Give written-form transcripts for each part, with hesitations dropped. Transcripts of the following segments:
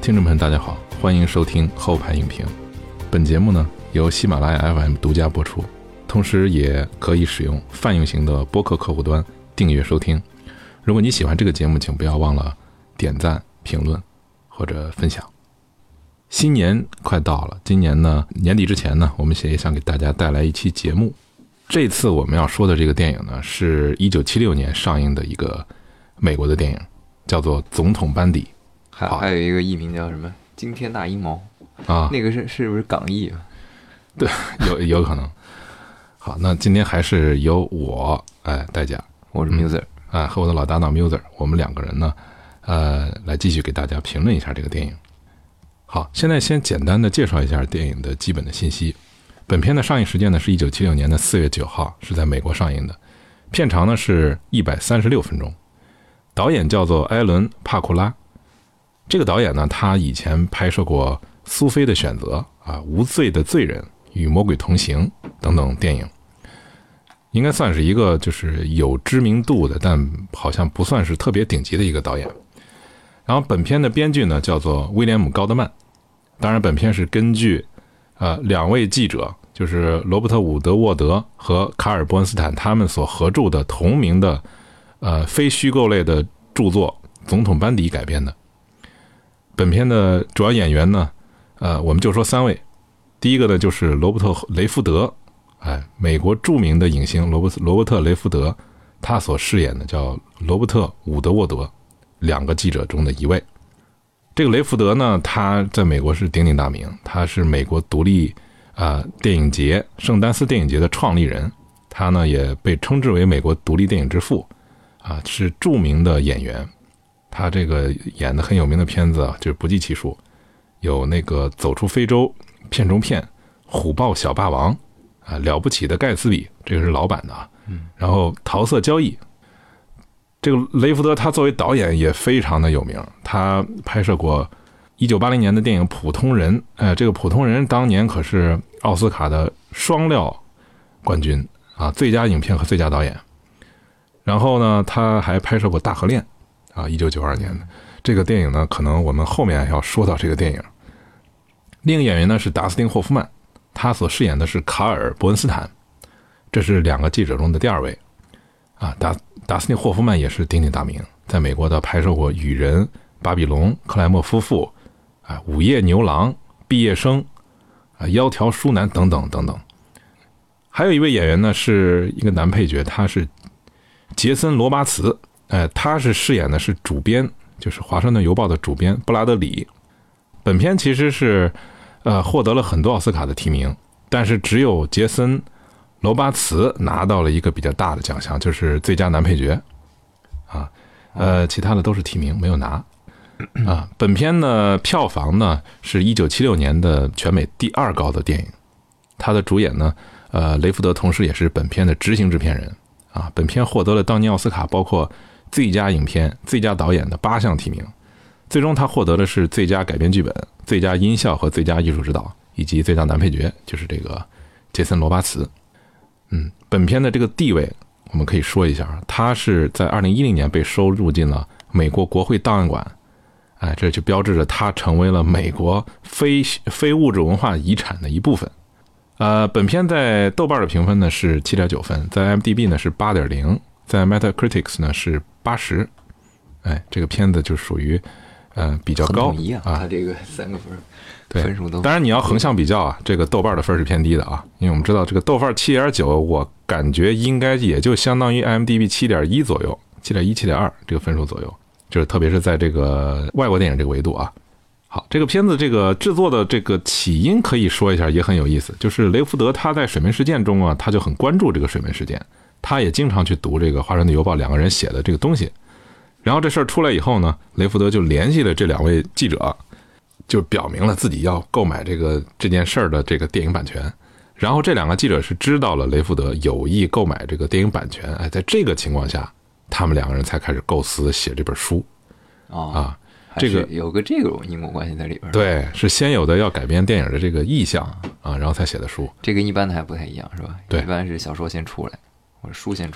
听众朋友大家好，欢迎收听后排影评。本节目呢由喜马拉雅 FM 独家播出，同时也可以使用泛用型的播客客户端订阅收听。如果你喜欢这个节目，请不要忘了点赞、评论或者分享。新年快到了，今年呢年底之前呢，我们也想给大家带来一期节目。这次我们要说的这个电影呢，是1976年上映的一个美国的电影，叫做《总统班底》。 还有一个译名叫什么《惊天大阴谋》 啊， 那个是不是港译啊？ 对，有可能。好，那今天还是由我代驾， 我是 Muser 和我的老搭档 Muser， 我们两个人呢来继续给大家评论一下这个电影。好，现在先简单的介绍一下电影的基本的信息。本片的上映时间呢是1976年的4月9号，是在美国上映的，片长呢是136分钟，导演叫做埃伦·帕库拉。这个导演呢，他以前拍摄过《苏菲的选择》无罪的罪人》与魔鬼同行等等电影，应该算是一个就是有知名度的，但好像不算是特别顶级的一个导演。然后本片的编剧呢叫做威廉姆·高德曼，当然本片是根据两位记者，就是罗伯特·伍德沃德和卡尔·伯恩斯坦他们所合著的同名的非虚构类的著作《总统班底》改编的。本片的主要演员呢我们就说三位。第一个呢就是罗伯特·雷福德，美国著名的影星罗伯特·雷福德，他所饰演的叫罗伯特·伍德沃德，两个记者中的一位。这个雷福德呢，他在美国是鼎鼎大名，他是美国独立电影节圣丹斯电影节的创立人，他呢也被称之为美国独立电影之父是著名的演员。他这个演的很有名的片子就是不计其数，有那个走出非洲片中片、虎豹小霸王了不起的盖茨比，这个是老版的然后桃色交易。这个雷福德他作为导演也非常的有名，他拍摄过1980年的电影《普通人》，这个《普通人》当年可是奥斯卡的双料冠军最佳影片和最佳导演。然后呢，他还拍摄过《大河恋》1992年的这个电影呢，可能我们后面要说到这个电影。另一个演员呢是达斯汀·霍夫曼，他所饰演的是卡尔·伯恩斯坦，这是两个记者中的第二位达斯汀·霍夫曼也是鼎鼎大名，在美国的拍摄过《雨人》、《巴比龙》、克莱默夫妇午夜牛郎、毕业生窈窕淑男等等等等。还有一位演员呢是一个男配角，他是杰森·罗巴茨，他是饰演的是主编，就是华盛顿邮报的主编布拉德里。本片其实是获得了很多奥斯卡的提名，但是只有杰森·罗巴茨拿到了一个比较大的奖项，就是最佳男配角其他的都是提名没有拿本片呢票房呢是1976年的全美第2高的电影。他的主演呢雷福德同时也是本片的执行制片人本片获得了当年奥斯卡包括最佳影片、最佳导演的8项提名，最终他获得的是最佳改编剧本、最佳音效和最佳艺术指导，以及最佳男配角，就是这个杰森·罗巴茨。本片的这个地位我们可以说一下，他是在2010年被收入进了美国国会档案馆，这就标志着他成为了美国非物质文化遗产的一部分。本片在豆瓣的评分呢是 7.9 分，在 IMDB 呢是 8.0， 在 Metacritic 呢是80。这个片子就属于比较高他这个3个分分数都， 当然你要横向比较这个豆瓣的分是偏低的因为我们知道这个豆瓣 7.9 我感觉应该也就相当于 IMDB 7.1 左右， 7.1 7.2 这个分数左右，就是特别是在这个外国电影这个维度好，这个片子这个制作的这个起因可以说一下，也很有意思，就是雷福德他在水门事件中他就很关注这个水门事件，他也经常去读这个华盛顿邮报两个人写的这个东西。然后这事儿出来以后呢，雷福德就联系了这两位记者，就表明了自己要购买这件事儿的这个电影版权。然后这两个记者是知道了雷福德有意购买这个电影版权，在这个情况下，他们两个人才开始构思写这本书这个有个这个因果关系在里边。 对，是先有的要改编电影的这个意向然后才写的书。 这跟一般的还不太一样是吧？ 对， 一般是小说先出来或者书先出来。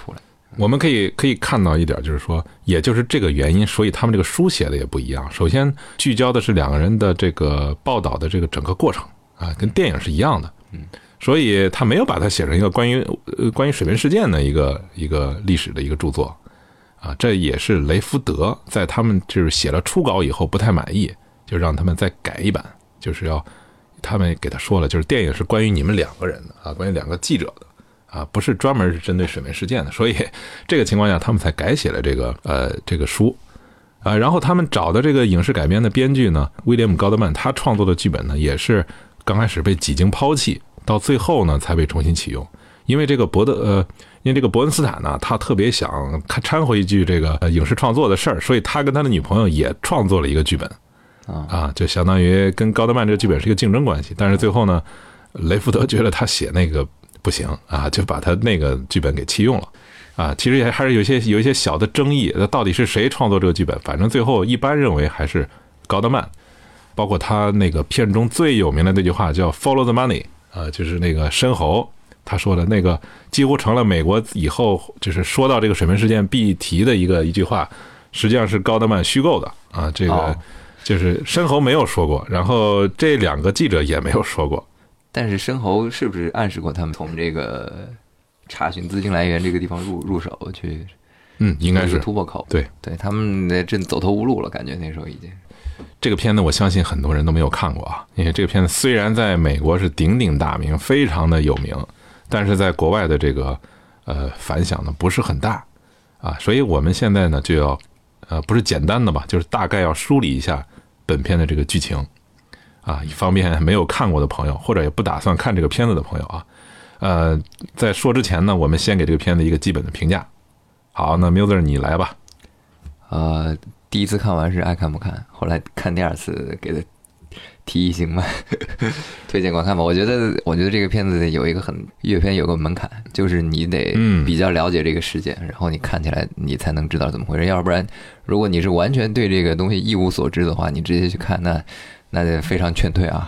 我们可以看到一点，就是说，也就是这个原因，所以他们这个书写的也不一样。首先聚焦的是两个人的这个报道的这个整个过程啊，跟电影是一样的。所以他没有把它写成一个关于水门事件的一个历史的一个著作啊。这也是雷福德在他们就是写了初稿以后不太满意，就让他们再改一版，就是要他们给他说了，就是电影是关于你们两个人的啊，关于两个记者的。不是专门是针对水门事件的，所以这个情况下他们才改写了这个书然后他们找的这个影视改编的编剧呢，威廉姆·高德曼，他创作的剧本呢也是刚开始被几经抛弃，到最后呢才被重新启用。因为这个伯恩斯坦呢，他特别想掺和一句这个影视创作的事儿，所以他跟他的女朋友也创作了一个剧本就相当于跟高德曼这个剧本是一个竞争关系。但是最后呢，雷福德觉得他写那个不行就把他那个剧本给弃用了其实也还是有一些小的争议，到底是谁创作这个剧本？反正最后一般认为还是高德曼，包括他那个片中最有名的那句话叫 "Follow the money" 就是那个申侯他说的那个，几乎成了美国以后就是说到这个水门事件必提的一句话，实际上是高德曼虚构的这个就是申侯没有说过，然后这两个记者也没有说过。 但是申侯是不是暗示过他们从这个查询资金来源这个地方入手去？ 应该是突破口。 对， 他们真走投无路了，感觉那时候已经。 这个片子我相信很多人都没有看过因为这个片子虽然在美国是鼎鼎大名，非常的有名，但是在国外的这个反响呢不是很大所以我们现在呢就要不是简单的吧，就是大概要梳理一下本片的这个剧情。以方便没有看过的朋友，或者也不打算看这个片子的朋友在说之前呢，我们先给这个片子一个基本的评价。好，那 Muser 你来吧。 第一次看完是爱看不看，后来看第二次给的提议行吗？推荐观看吧。我觉得这个片子有一个阅片有个门槛，就是你得比较了解这个事件，然后你看起来你才能知道怎么回事。要不然，如果你是完全对这个东西一无所知的话，你直接去看那得非常劝退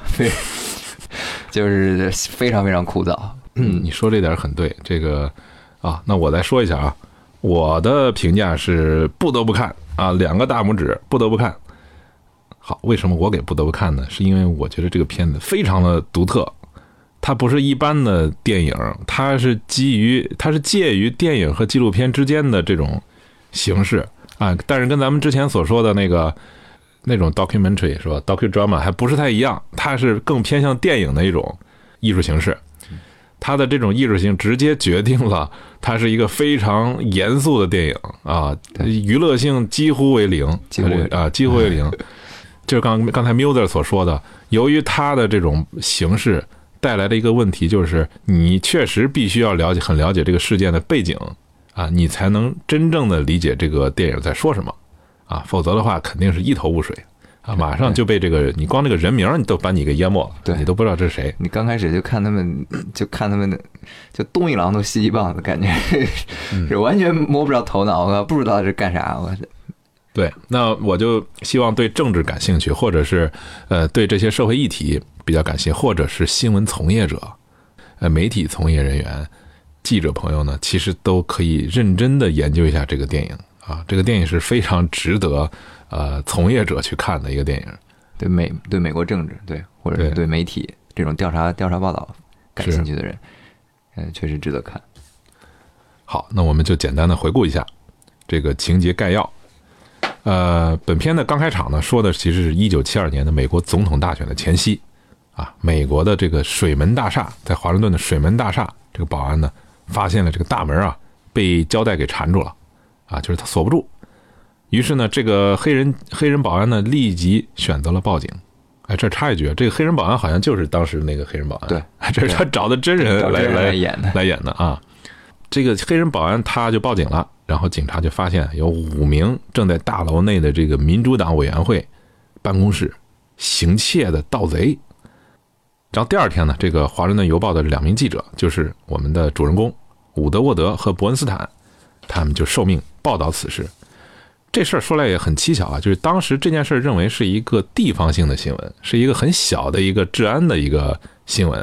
就是非常非常枯燥。 你说这点很对。这个那我再说一下我的评价是不得不看2个大拇指，不得不看。好，为什么我给不得不看呢？是因为我觉得这个片子非常的独特，它不是一般的电影，它是介于电影和纪录片之间的这种形式但是跟咱们之前所说的那种 documentary 是吧 docudrama 还不是太一样，它是更偏向电影的一种艺术形式。它的这种艺术性直接决定了它是一个非常严肃的电影娱乐性几乎为零，几乎为零。就是刚才 Muser 所说的，由于它的这种形式带来的一个问题，就是你确实必须要很了解这个事件的背景你才能真正的理解这个电影在说什么否则的话肯定是一头雾水马上就被你光这个人名你都把你给淹没了，对，你都不知道这是谁。 你刚开始就看他们就东一榔头西一棒子，感觉是完全摸不着头脑，不知道这干啥。 对，那我就希望对政治感兴趣，或者是对这些社会议题比较感兴趣，或者是新闻从业者、媒体从业人员、记者朋友呢，其实都可以认真的研究一下这个电影这个电影是非常值得从业者去看的一个电影。 对美国政治，对，或者是对媒体这种调查报道感兴趣的人，确实值得看。 好，那我们就简单的回顾一下这个情节概要。本片的刚开场呢，说的其实是1972年的美国总统大选的前夕美国的这个水门大厦，在华盛顿的水门大厦，这个保安呢发现了这个大门被胶带给缠住了就是他锁不住。于是呢，这个黑人保安呢立即选择了报警。这插一句，这个黑人保安好像就是当时那个黑人保安， 对， 这是他找的真人来演的这个黑人保安他就报警了，然后警察就发现有5名正在大楼内的这个民主党委员会办公室行窃的盗贼。然后第二天呢，这个华盛顿邮报的2名记者，就是我们的主人公伍德沃德和伯恩斯坦，他们就受命报道此事。这事儿说来也很蹊跷就是当时这件事认为是一个地方性的新闻，是一个很小的一个治安的一个新闻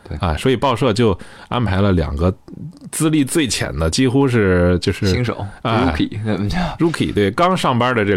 对啊，所以报社就安排了2个资历最浅的，几乎是就是新手 rookie 怎么叫 rookie 对，刚上班的这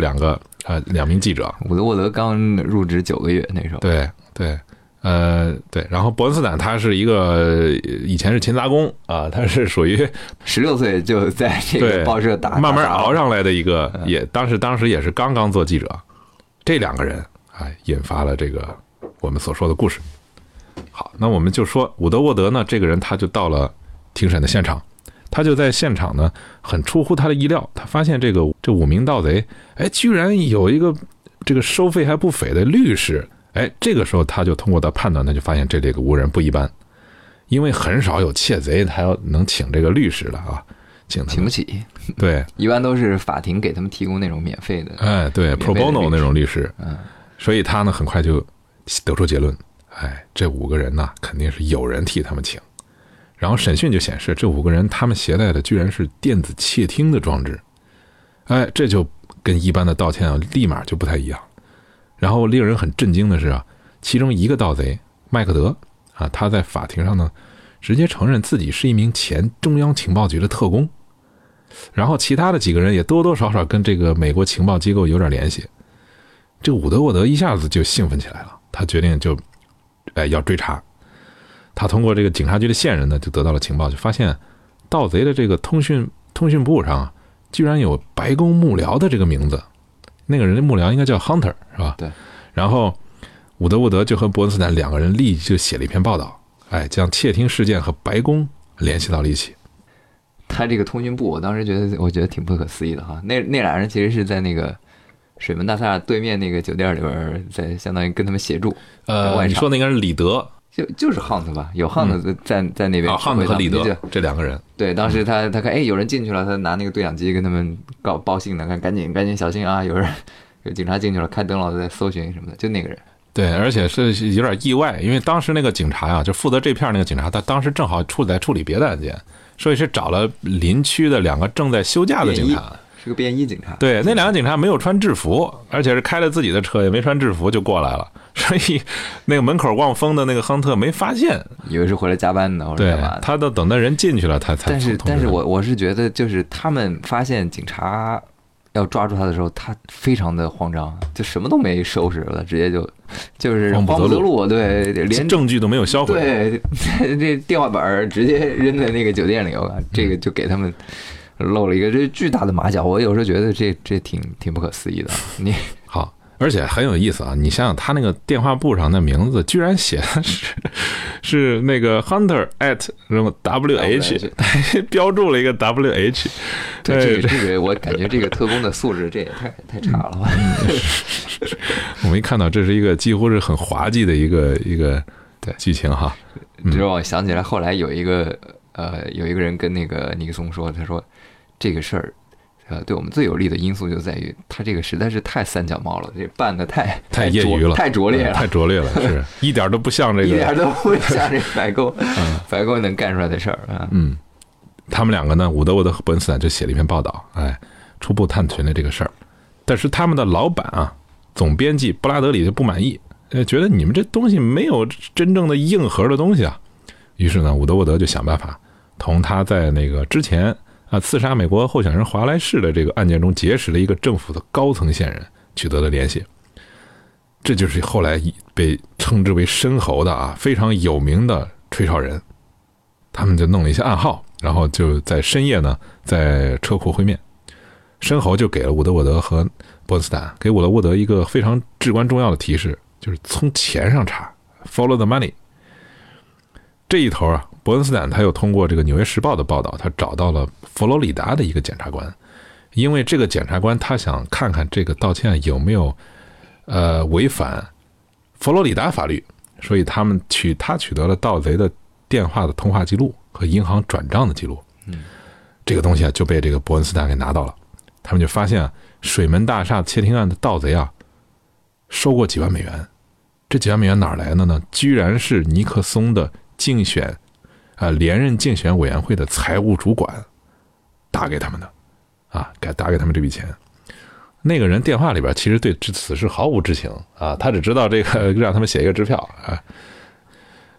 2名记者。 伍德沃德刚入职9个月那时候。 对对。对，然后伯恩斯坦他是一个以前是勤杂工啊，他是属于 16岁就在这个报社慢慢熬上来的一个，也当时也是刚刚做记者。这2个人引发了这个我们所说的故事。好，那我们就说伍德沃德呢，这个人他就到了庭审的现场，他就在现场呢，很出乎他的意料，他发现这5名盗贼，居然有一个这个收费还不菲的律师。这个时候他就通过他判断，他就发现这个无人不一般，因为很少有窃贼他要能请这个律师了啊，请不起。 对， 一般都是法庭给他们提供那种免费的， 对 pro bono 那种律师。所以他呢很快就得出结论，这5个人呢肯定是有人替他们请。然后审讯就显示，这5个人他们携带的居然是电子窃听的装置，这就跟一般的盗窃立马就不太一样。然后令人很震惊的是其中一个盗贼麦克德他在法庭上呢直接承认自己是一名前中央情报局的特工，然后其他的几个人也多多少少跟这个美国情报机构有点联系。这个伍德沃德一下子就兴奋起来了，他决定就要追查。他通过这个警察局的线人呢就得到了情报，就发现盗贼的这个通讯簿上居然有白宫幕僚的这个名字，那个人的幕僚应该叫 Hunter 是吧？ 对。 然后伍德沃德就和伯恩斯坦2个人立即就写了一篇报道，将窃听事件和白宫联系到了一起。 他这个通讯部，我当时我觉得挺不可思议的哈。那俩人其实是在那个水门大厦对面那个酒店里边，在相当于跟他们协助。 你说那个人李德， 就是 Hunt 吧？有 Hunt 在那边。 Hunt 和李德这2个人。 对，当时他看有人进去了，他拿那个对讲机跟他们报信的，看赶紧小心啊！有警察进去了，开灯了，在搜寻什么的，就那个人。对， 而且是有点意外，因为当时那个警察就负责这片那个警察，他当时正好在处理别的案件，所以是找了邻区的2个正在休假的警察， 是个便衣警察。 对，那2个警察没有穿制服，而且是开了自己的车，也没穿制服就过来了，所以那个门口望风的那个亨特没发现， 以为是回来加班的或者干嘛的。 他都等到人进去了，他才。 但是我是觉得，就是他们发现警察要抓住他的时候，他非常的慌张，就什么都没收拾了，直接就是慌不择路，对，连证据都没有销毁， 对，这电话本直接扔在那个酒店里，这个就给他们露了一个这巨大的马脚。我有时候觉得这挺不可思议的。你好，而且很有意思啊！你想想，他那个电话簿上的名字居然写的是那个 Hunter at 什么 WH， 标注了一个 WH。 对，这个我感觉这个特工的素质这也太差了吧。 我们一看到这是一个几乎是很滑稽的一个对剧情哈， 这让我想起来后来有一个人跟那个尼克松说，他说这个事儿。对我们最有利的因素就在于他这个实在是太三脚猫了，这办的太业余了， 太拙劣了， 太拙劣了，是一点都不像这个， 一点都不像这白宫，白宫能干出来的事儿啊。 他们2个呢，伍德沃德和伯恩斯坦就写了一篇报道，初步探寻了这个事儿。但是他们的老板总编辑布拉德里就不满意，觉得你们这东西没有真正的硬核的东西啊。于是呢，伍德沃德就想办法同他在那个之前刺杀美国候选人华莱士的这个案件中结识了一个政府的高层线人，取得了联系。这就是后来被称之为申猴的非常有名的吹哨人。他们就弄了一些暗号，然后就在深夜呢在车库会面。申猴就给了伍德沃德和伯恩斯坦，给伍德沃德一个非常至关重要的提示，就是从钱上查 ，follow the money。这一头伯恩斯坦他又通过这个《纽约时报》的报道，他找到了佛罗里达的一个检察官，因为这个检察官他想看看这个盗窃案有没有违反佛罗里达法律，所以他取得了盗贼的电话的通话记录和银行转账的记录。这个东西就被这个伯恩斯坦给拿到了。他们就发现水门大厦窃听案的盗贼收过几万美元。这几万美元哪儿来的呢？居然是尼克松的竞选连任竞选委员会的财务主管打给他们的打给他们这笔钱。那个人电话里边其实对此事毫无知情他只知道这个让他们写一个支票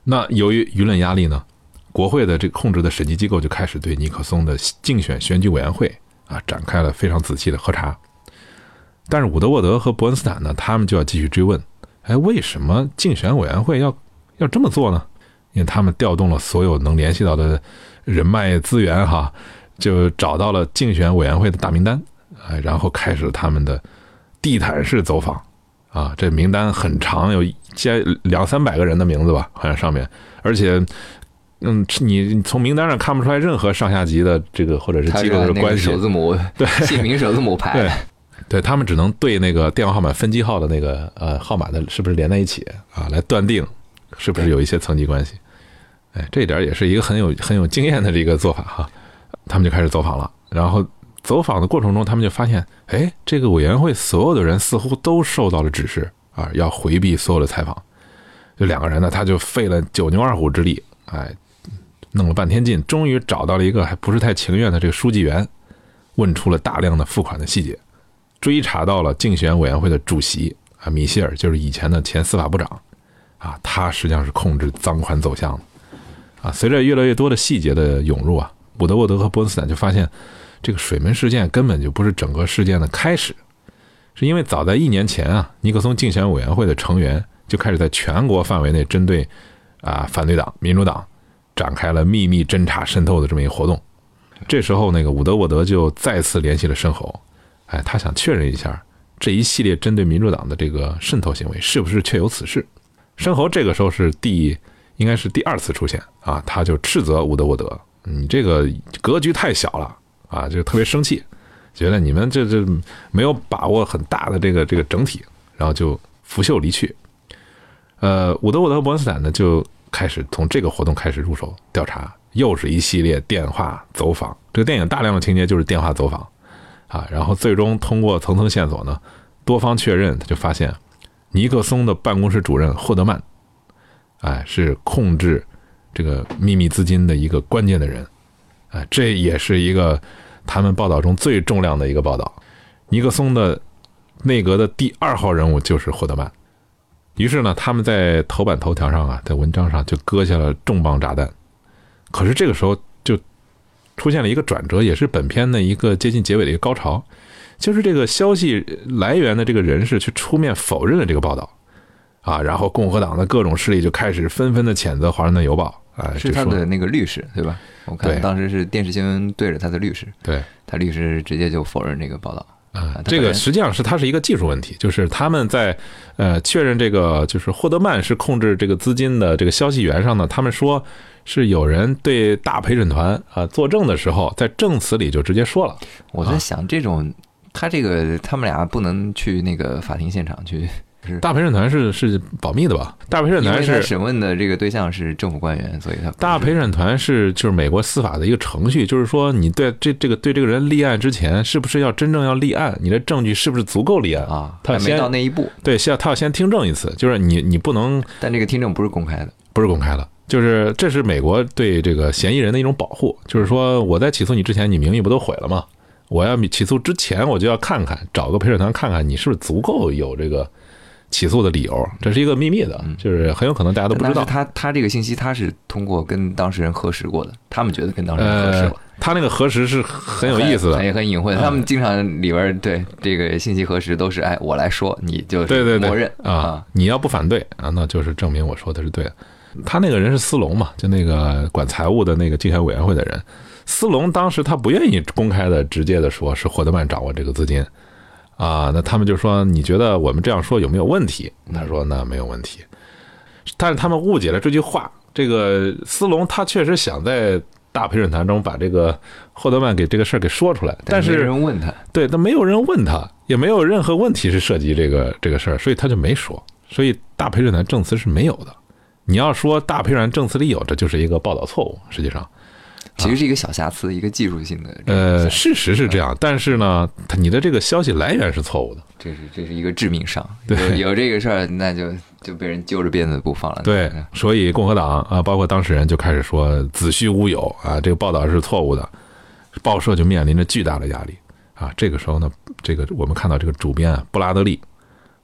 那由于舆论压力呢，国会的这个控制的审计机构就开始对尼克松的竞选选举委员会展开了非常仔细的核查。但是伍德沃德和伯恩斯坦呢，他们就要继续追问，为什么竞选委员会要这么做呢？因为他们调动了所有能联系到的人脉资源就找到了竞选委员会的大名单，然后开始他们的地毯式走访这名单很长，有200-300个人的名字吧，好像上面，而且你从名单上看不出来任何上下级的这个或者是机构的关系， 首字母对姓名首字母排对，他们只能对那个电话号码分机号的那个号码的是不是连在一起来断定是不是有一些层级关系。这一点也是一个很有经验的这个做法他们就开始走访了，然后走访的过程中，他们就发现，这个委员会所有的人似乎都受到了指示要回避所有的采访。这2个人呢，他就费了9牛2虎之力，弄了半天劲，终于找到了一个还不是太情愿的这个书记员，问出了大量的付款的细节，追查到了竞选委员会的主席米歇尔，就是以前的前司法部长他实际上是控制赃款走向的随着越来越多的细节的涌入伍德沃德和伯恩斯坦就发现，这个水门事件根本就不是整个事件的开始，是因为早在1年前尼克松竞选委员会的成员就开始在全国范围内针对反对党民主党展开了秘密侦查渗透的这么一个活动。这时候那个伍德沃德就再次联系了申侯，他想确认一下这一系列针对民主党的这个渗透行为是不是确有此事。申侯这个时候是应该是第2次出现他就斥责伍德沃德，你这个格局太小了就特别生气，觉得你们这没有把握很大的这个整体，然后就拂袖离去。伍德沃德和伯恩斯坦呢就开始从这个活动开始入手调查，又是一系列电话走访。这个电影大量的情节就是电话走访然后最终通过层层线索呢，多方确认，他就发现尼克松的办公室主任霍德曼是控制这个秘密资金的一个关键的人这也是一个他们报道中最重量的一个报道。尼克松的内阁的第2号人物就是霍德曼。于是呢，他们在头版头条上在文章上就搁下了重磅炸弹。可是这个时候就出现了一个转折，也是本片的一个接近结尾的一个高潮，就是这个消息来源的这个人士去出面否认了这个报道然后共和党的各种势力就开始纷纷的谴责《华盛顿邮报》 是他的那个律师对吧？我看当时是电视新闻对着他的律师， 对， 他律师直接就否认这个报道。 这个实际上它是一个技术问题，就是他们在确认这个就是霍德曼是控制这个资金的这个消息源上呢，他们说是有人对大陪审团作证的时候，在证词里就直接说了。 我在想这种他们俩不能去那个法庭现场去。 大陪审团是保密的吧？大陪审团是审问的这个对象是政府官员，所以他大陪审团就是美国司法的一个程序，就是说你对这个人立案之前，是不是要真正要立案？你的证据是不是足够立案他还没到那一步。 对，他要先听证一次，就是你不能。 但这个听证不是公开的， 不是公开的，就是这是美国对这个嫌疑人的一种保护，就是说我在起诉你之前，你名誉不都毁了吗？我要起诉之前，我就要找个陪审团看看你是不是足够有这个起诉的理由，这是一个秘密的，就是很有可能大家都不知道。 他这个信息他是通过跟当事人核实过的，他们觉得跟当事人核实了。 他那个核实是很有意思的， 也很隐晦的。他们经常里边对这个信息核实都是我来说，你就默认你要不反对那就是证明我说的是对的。他那个人是斯隆嘛，就那个管财务的那个竞选委员会的人。斯隆当时他不愿意公开的直接的说是霍德曼掌握这个资金。那他们就说你觉得我们这样说有没有问题？他说那没有问题，但是他们误解了这句话。这个斯隆他确实想在大陪审团中把这个霍德曼给这个事儿给说出来，但是没人问他， 对，但没有人问他，也没有任何问题是涉及这个事儿，所以他就没说。所以大陪审团证词是没有的。你要说大陪审团证词里有，这就是一个报道错误，实际上。 其实是一个小瑕疵，一个技术性的。 事实是这样，但是呢，你的这个消息来源是错误的， 这是一个致命伤。 对， 有这个事儿，那就被人揪着辫子不放了。 对，所以共和党包括当事人就开始说子虚乌有这个报道是错误的，报社就面临着巨大的压力这个时候呢，这个我们看到这个主编布拉德利，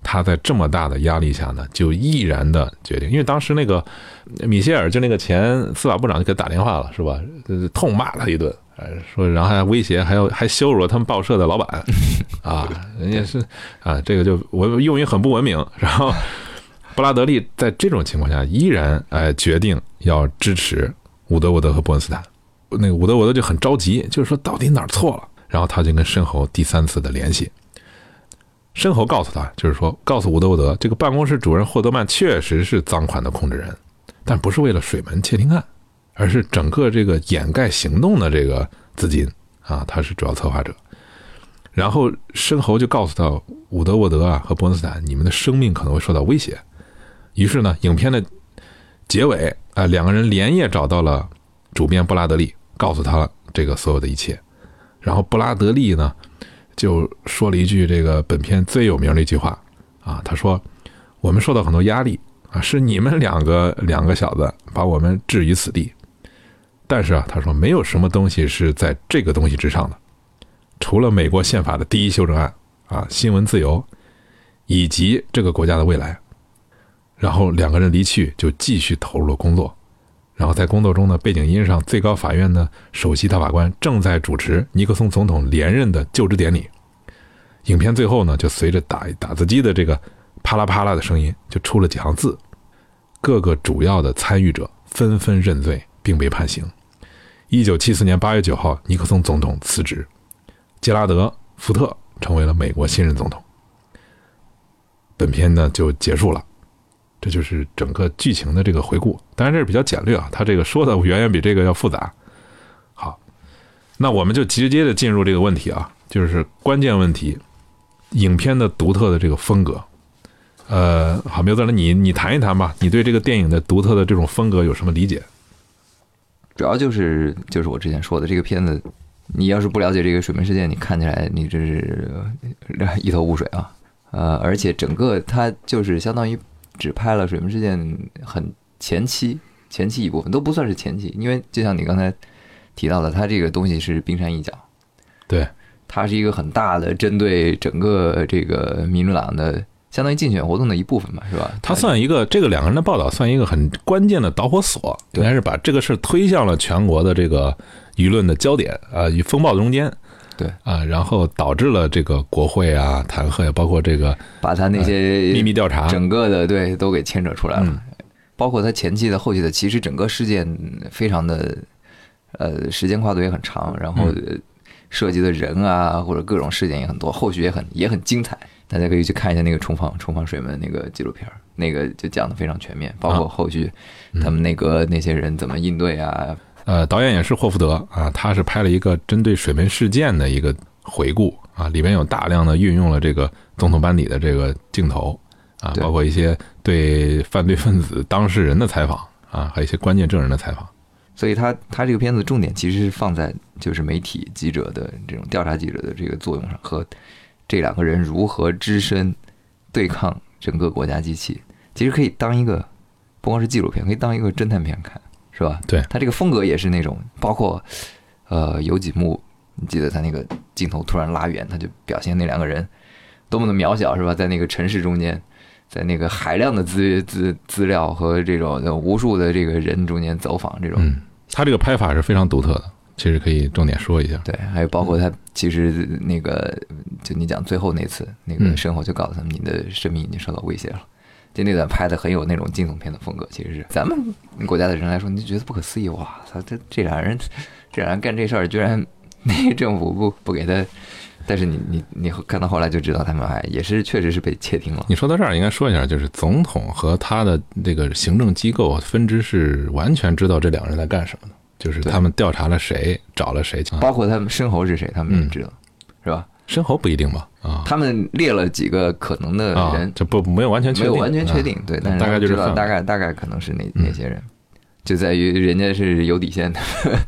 他在这么大的压力下呢，就毅然的决定，因为当时那个米歇尔就那个前司法部长就给他打电话了，是吧？痛骂他一顿，说然后还威胁，还羞辱了他们报社的老板啊，人家是啊，这个就我用语很不文明。然后布拉德利在这种情况下依然决定要支持伍德沃德和伯恩斯坦。那个伍德沃德就很着急，就是说到底哪儿错了？然后他就跟申侯第3次的联系。申侯告诉他，就是说告诉伍德沃德，这个办公室主任霍德曼确实是赃款的控制人，但不是为了水门窃听案，而是整个这个掩盖行动的这个资金啊，他是主要策划者。然后申侯就告诉他，伍德沃德啊和伯恩斯坦，你们的生命可能会受到威胁。于是呢，影片的结尾两个人连夜找到了主编布拉德利，告诉他这个所有的一切。然后布拉德利呢就说了一句这个本片最有名的一句话啊，他说我们受到很多压力啊，是你们两个小子把我们置于死地。但是啊，他说没有什么东西是在这个东西之上的，除了美国宪法的第1修正案啊，新闻自由以及这个国家的未来。然后两个人离去，就继续投入了工作。然后在工作中呢，背景音上最高法院的首席大法官正在主持尼克松总统连任的就职典礼。影片最后呢，就随着打字机的这个啪啦啪啦的声音，就出了几行字。各个主要的参与者纷纷认罪并被判刑。1974年8月9号，尼克松总统辞职，杰拉德·福特成为了美国新任总统。本片呢就结束了。这就是整个剧情的这个回顾，当然这是比较简略啊，他这个说的远远比这个要复杂。好，那我们就直接的进入这个问题啊，就是关键问题，影片的独特的这个风格。好，苗泽，你谈一谈吧，你对这个电影的独特的这种风格有什么理解？ 主要就是我之前说的这个片子，你要是不了解这个水门事件，你看起来你这是一头雾水啊。而且整个它就是相当于只拍了水门事件很前期一部分，都不算是前期，因为就像你刚才提到的，它这个东西是冰山一角， 对， 它是一个很大的针对整个这个民主党的相当于竞选活动的一部分嘛，是吧？ 它算一个这个两个人的报道算一个很关键的导火索，应该是把这个事推向了全国的这个舆论的焦点啊，与风暴中间。 对啊，然后导致了这个国会啊弹劾，也包括这个把他那些秘密调查整个的对都给牵扯出来了，包括他前期的后期的，其实整个事件非常的时间跨度也很长，然后涉及的人啊或者各种事件也很多，后续也很精彩，大家可以去看一下那个重访水门那个纪录片，那个就讲的非常全面，包括后续他们那些人怎么应对啊。 导演也是霍福德啊，他是拍了一个针对水门事件的一个回顾啊，里面有大量的运用了这个总统班底的这个镜头啊，包括一些对犯罪分子当事人的采访啊，还有一些关键证人的采访。 所以他这个片子重点其实是放在就是媒体记者的这种调查记者的这个作用上，和这两个人如何只身对抗整个国家机器，其实可以当一个不光是纪录片，可以当一个侦探片看。是吧？ 对， 他这个风格也是那种，包括有几幕，你记得他那个镜头突然拉远，他就表现那两个人多么的渺小，是吧？在那个城市中间，在那个海量的资料和这种无数的这个人中间走访，这种， 他这个拍法是非常独特的，其实可以重点说一下。 对，还有包括他其实那个，就你讲最后那次，那个申侯就告诉他们，你的生命已经受到威胁了。就那段拍的很有那种惊悚片的风格，其实是咱们国家的人来说，你就觉得不可思议，哇操！这俩人干这事儿，居然那个政府不给他，但是你看到后来就知道，他们也是确实是被窃听了。 你说到这儿，应该说一下，就是总统和他的这个行政机构分支是完全知道这两个人在干什么的，就是他们调查了谁，找了谁， 包括他们申侯是谁，他们也知道，是吧？ 申侯不一定吧？啊， 他们列了几个可能的人， 这没有完全确定， 没有完全确定，对，但是大概就知道大概可能是哪些人，就在于人家是有底线的，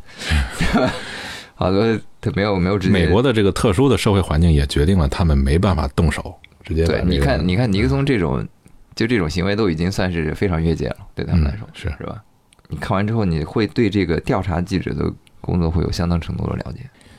好多他没有直接。 美国的这个特殊的社会环境也决定了他们没办法动手，直接对，你看尼克松这种行为都已经算是非常越界了，对他们来说，是吧？你看完之后，你会对这个调查记者的工作会有相当程度的了解。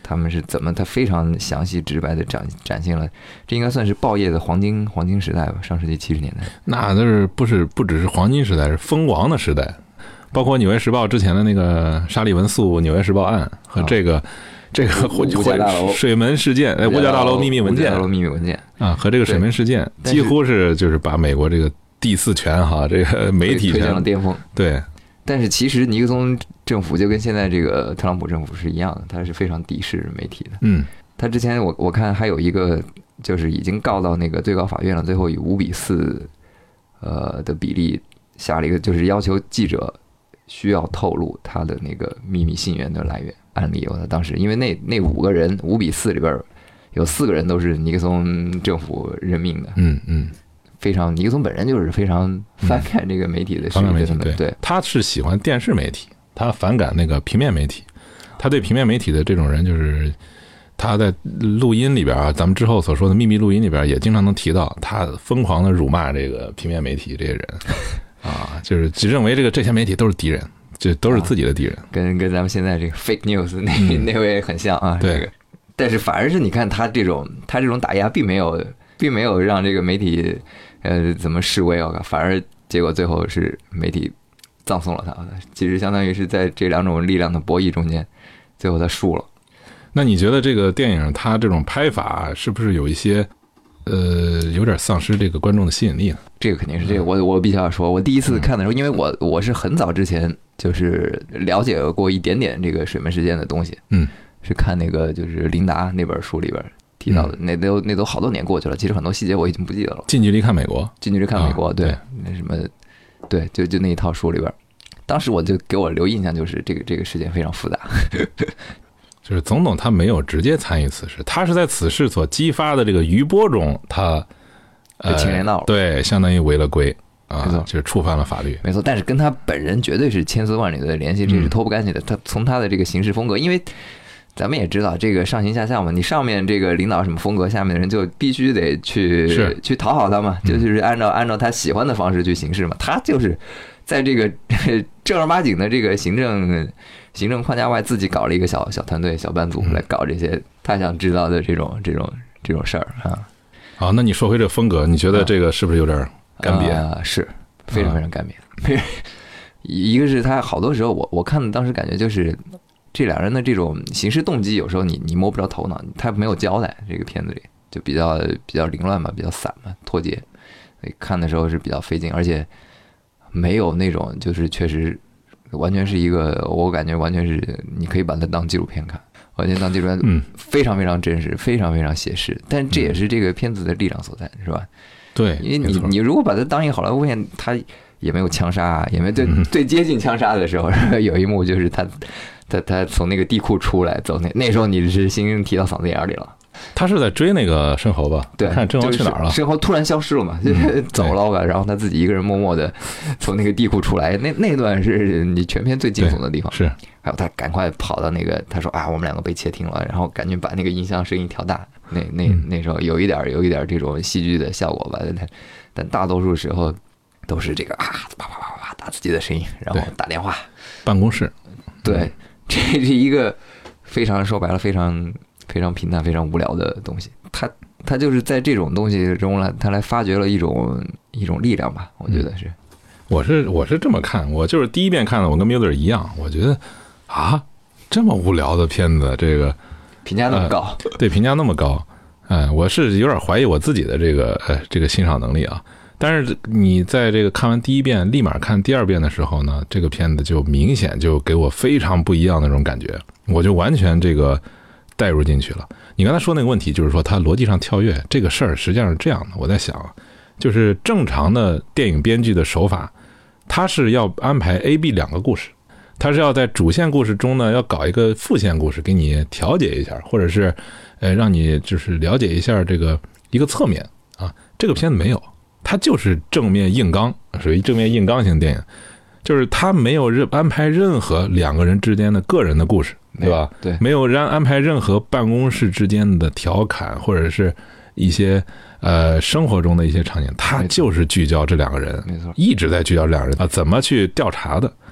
他们是怎么，他非常详细直白的展现了，这应该算是报业的黄金时代吧，上世纪70年代。 那都是不只是黄金时代，是疯狂的时代。包括《纽约时报》之前的那个沙利文诉《纽约时报》案和这个水门事件，五角大楼秘密文件啊，和这个水门事件，几乎是就是把美国这个第四权哈，这个媒体推向了巅峰。 对， 但是其实尼克松政府就跟现在这个特朗普政府是一样的，他是非常敌视媒体的。他之前我看还有一个就是已经告到那个最高法院了，最后以5-4的比例下了一个，就是要求记者需要透露他的那个秘密信源的来源案例。我当时因为那5个人5-4里边有4个人都是尼克松政府任命的。非常尼克松本人就是非常反感这个媒体的事情，对， 他是喜欢电视媒体，他反感那个平面媒体。他对平面媒体的这种人，就是他在录音里边啊，咱们之后所说的秘密录音里边也经常能提到，他疯狂的辱骂这个平面媒体这些人啊，就是只认为这些媒体都是敌人，这都是自己的敌人， 跟咱们现在这个 fake news 那位很像啊。 对， 这个，但是反而是你看他这种打压，并没有让这个媒体怎么示威啊，反而结果最后是媒体葬送了他。其实相当于是在这两种力量的博弈中间，最后他输了。 那你觉得这个电影它这种拍法是不是有一些有点丧失这个观众的吸引力呢？ 这个肯定是这个，我必须要说，我第一次看的时候，因为我是很早之前就是了解过一点点这个水门事件的东西，是看那个就是琳达那本书里边提到的，那都好多年过去了，其实很多细节我已经不记得了。 近距离看美国， 对，那什么，对，就那一套书里边，当时我就给我留印象就是这个事件非常复杂。 就是总统他没有直接参与此事，他是在此事所激发的这个余波中，他牵连到了， 对，相当于违了规啊，就是触犯了法律， 没错。但是跟他本人绝对是千丝万缕的联系，这是脱不干净的。他从他的这个行事风格，因为咱们也知道这个上行下效嘛，你上面这个领导什么风格，下面的人就必须得去讨好他嘛，就是按照他喜欢的方式去行事嘛。他就是在这个正儿八经的这个行政框架外，自己搞了一个小团队、小班组来搞这些他想知道的这种事儿啊。 好，那你说回这风格，你觉得这个是不是有点干瘪？ 是非常非常干瘪。一个是他好多时候我看当时感觉就是这两人的这种行事动机，有时候你摸不着头脑，他没有交代，这个片子里就比较凌乱嘛，比较散嘛，脱节，所以看的时候是比较费劲，而且没有那种就是确实完全是一个，我感觉完全是你可以把它当纪录片看，完全当纪录片，非常非常真实，非常非常写实，但这也是这个片子的力量所在，是吧？ 对， 因为你如果把它当一个好莱坞片，它也没有枪杀，也没最接近枪杀的时候，有一幕就是他从那个地库出来走，那时候你是心提到嗓子眼里了。 他是在追那个申猴吧？ 对， 看申猴去哪儿了？ 申猴突然消失了嘛，走了吧，然后他自己一个人默默的从那个地库出来，那段是你全片最惊悚的地方。 是， 还有他赶快跑到那个，他说啊，我们两个被窃听了，然后赶紧把那个音箱声音调大。那时候有一点这种戏剧的效果吧，但大多数时候都是这个啊，啪啪啪啪打自己的声音，然后打电话。 办公室， 对，这是一个非常说白了非常非常平淡、非常无聊的东西。他就是在这种东西中他来发掘了一种力量吧，我觉得是。 我是这么看，我就是第一遍看的，我跟 Miller 一样，我觉得啊，这么无聊的片子，这个评价那么高， 对，评价那么高，我是有点怀疑我自己的这个欣赏能力啊。但是你在这个看完第一遍，立马看第二遍的时候呢，这个片子就明显就给我非常不一样的那种感觉，我就完全这个带入进去了。你刚才说那个问题，就是说它逻辑上跳跃这个事儿，实际上是这样的。我在想，就是正常的电影编剧的手法，它是要安排 A、B 两个故事，它是要在主线故事中呢，要搞一个副线故事给你调节一下，或者是让你就是了解一下这个一个侧面啊。这个片子没有。它就是正面硬刚，属于正面硬刚型电影，就是它没有安排任何两个人之间的个人的故事，对吧？ 对， 没有安排任何办公室之间的调侃，或者是一些生活中的一些场景，它就是聚焦这两个人， 没错， 一直在聚焦这两个人啊，怎么去调查的？ 对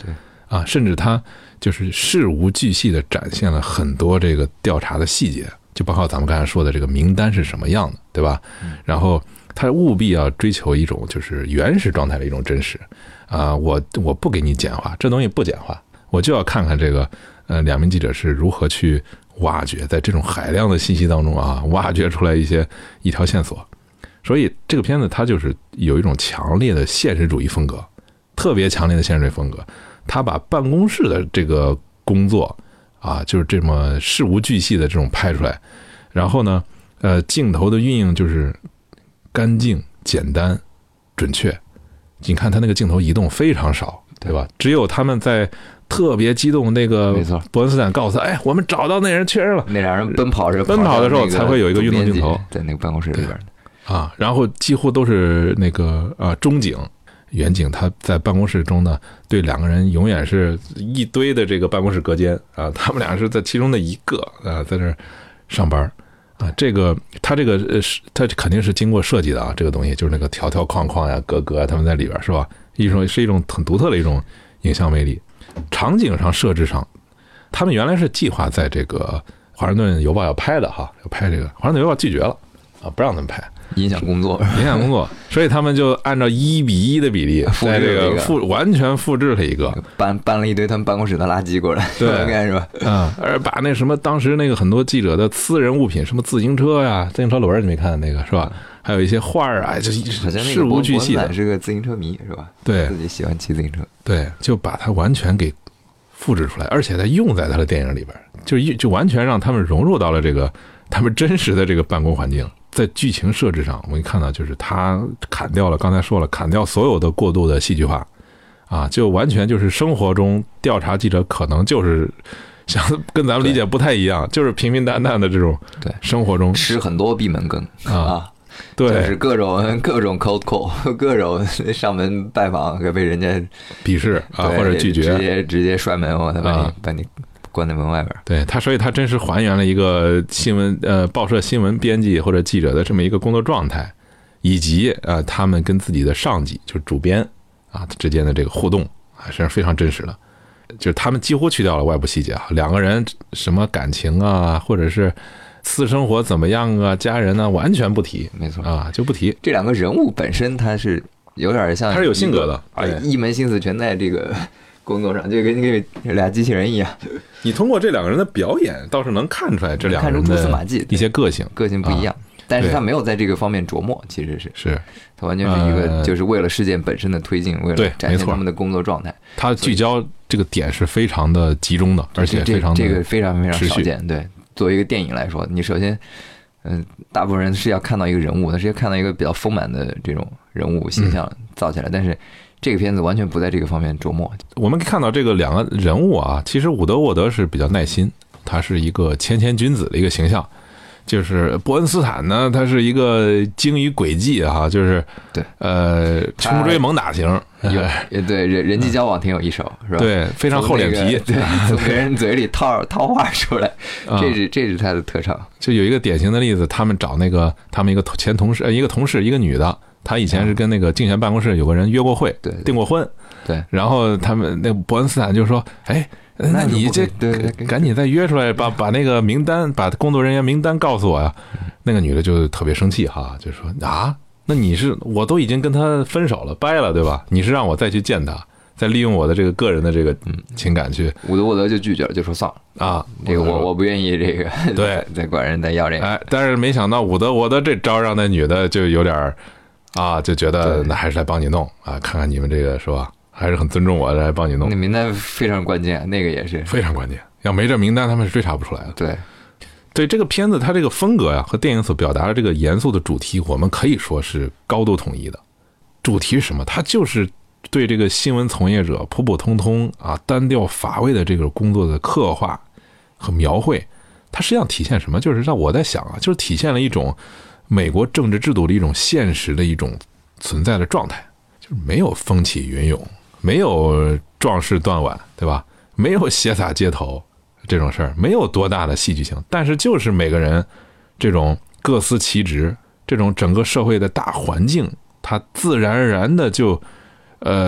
啊，甚至他就是事无巨细的展现了很多这个调查的细节，就包括咱们刚才说的这个名单是什么样的，对吧？然后他务必要追求一种就是原始状态的一种真实啊，我不给你简化，这东西不简化，我就要看看这个两名记者是如何去挖掘，在这种海量的信息当中啊，挖掘出来一条线索。所以这个片子它就是有一种强烈的现实主义风格，特别强烈的现实主义风格。他把办公室的这个工作啊，就是这么事无巨细的这种拍出来，然后呢，镜头的运用就是干净、简单、准确。你看他那个镜头移动非常少，对吧？只有他们在特别激动，那个伯恩斯坦告诉他，哎，我们找到那人确认了， 那俩人奔跑的时候才会有一个运动镜头在那个办公室里边的。 啊，然后几乎都是那个中景、远景，他在办公室中呢，对两个人永远是一堆的这个办公室隔间啊，他们俩是在其中的一个啊，在这上班啊，这个他他肯定是经过设计的啊，这个东西就是那个条条框框呀、格格啊，他们在里边是吧？是一种很独特的一种影像魅力。场景上设置上，他们原来是计划在这个华盛顿邮报要拍的哈，要拍这个，华盛顿邮报拒绝了啊，不让他们拍。 影响工作， 所以他们就按照1:1的比例，在这个完全复制了一个， 搬了一堆他们办公室的垃圾过来， 对， 是吧？ 而把那什么当时那个很多记者的私人物品，什么自行车呀、自行车轮，你没看那个是吧？还有一些画啊，就事无巨细的。 是个自行车迷是吧？ 对， 自己喜欢骑自行车， 对，就把它完全给复制出来，而且它用在他的电影里边，就完全让他们融入到了这个他们真实的这个办公环境。在剧情设置上，我们看到就是他砍掉了，刚才说了，砍掉所有的过度的戏剧化，啊，就完全就是生活中调查记者可能就是像跟咱们理解不太一样，就是平平淡淡的这种生活中吃很多闭门羹啊， 对， 就是各种 cold call， 各种上门拜访，被人家鄙视啊或者拒绝， 直接摔门，我把你关在门外边。 对，所以他真实还原了一个新闻报社新闻编辑或者记者的这么一个工作状态，以及他们跟自己的上级就是主编啊之间的这个互动啊，是非常真实的。就是他们几乎去掉了外部细节啊，两个人什么感情啊，或者是私生活怎么样啊，家人呢完全不提， 没错啊，就不提。 这两个人物本身他是有点像， 他是有性格的啊，一门心思全在这个工作上，就跟那个俩机器人一样。 你通过这两个人的表演，倒是能看出来这两个人的一些个性不一样。但是他没有在这个方面琢磨，其实是他完全是一个就是为了事件本身的推进，为了展现他们的工作状态。 他聚焦这个点是非常的集中的，而且非常这个非常非常少见。对，作为一个电影来说，你首先大部分人是要看到一个人物，他是要看到一个比较丰满的这种人物形象造起来，但是这个片子完全不在这个方面琢磨。 我们可以看到这个两个人物啊，其实伍德沃德是比较耐心，他是一个谦谦君子的一个形象。就是伯恩斯坦呢，他是一个精于诡计哈，就是对穷追猛打型， 对人际交往挺有一手，是吧？ 对，非常厚脸皮， 对，从别人嘴里套话出来，这是他的特长。 就有一个典型的例子，他们找他们一个前同事，一个同事，一个女的，她以前是跟那个竞选办公室有个人约过会， 对， 订过婚， 对， 然后他们那伯恩斯坦就说，哎。那你这赶紧再约出来，把那个名单，把工作人员名单告诉我呀。那个女的就特别生气哈，就说啊，那我都已经跟他分手了，掰了，对吧？你是让我再去见他，再利用我的这个个人的这个情感去。 伍德就拒绝了，就说算了啊， 这个我不愿意这个对再管人再要这个。 哎，但是没想到伍德这招让那女的就有点啊，就觉得那还是来帮你弄啊，看看你们这个是吧？还是很尊重我来帮你弄。 那名单非常关键，那个也是非常关键。要没这名单，他们是追查不出来的。对，这个片子它这个风格呀，和电影所表达的这个严肃的主题，我们可以说是高度统一的。主题是什么？它就是对这个新闻从业者普普通通啊、单调乏味的这个工作的刻画和描绘。它实际上体现什么？就是让我在想啊，就是体现了一种美国政治制度的一种现实的一种存在的状态，就是没有风起云涌。没有壮士断腕，对吧？没有潇洒街头这种事儿，没有多大的戏剧性，但是就是每个人这种各司其职，这种整个社会的大环境，它自然而然的就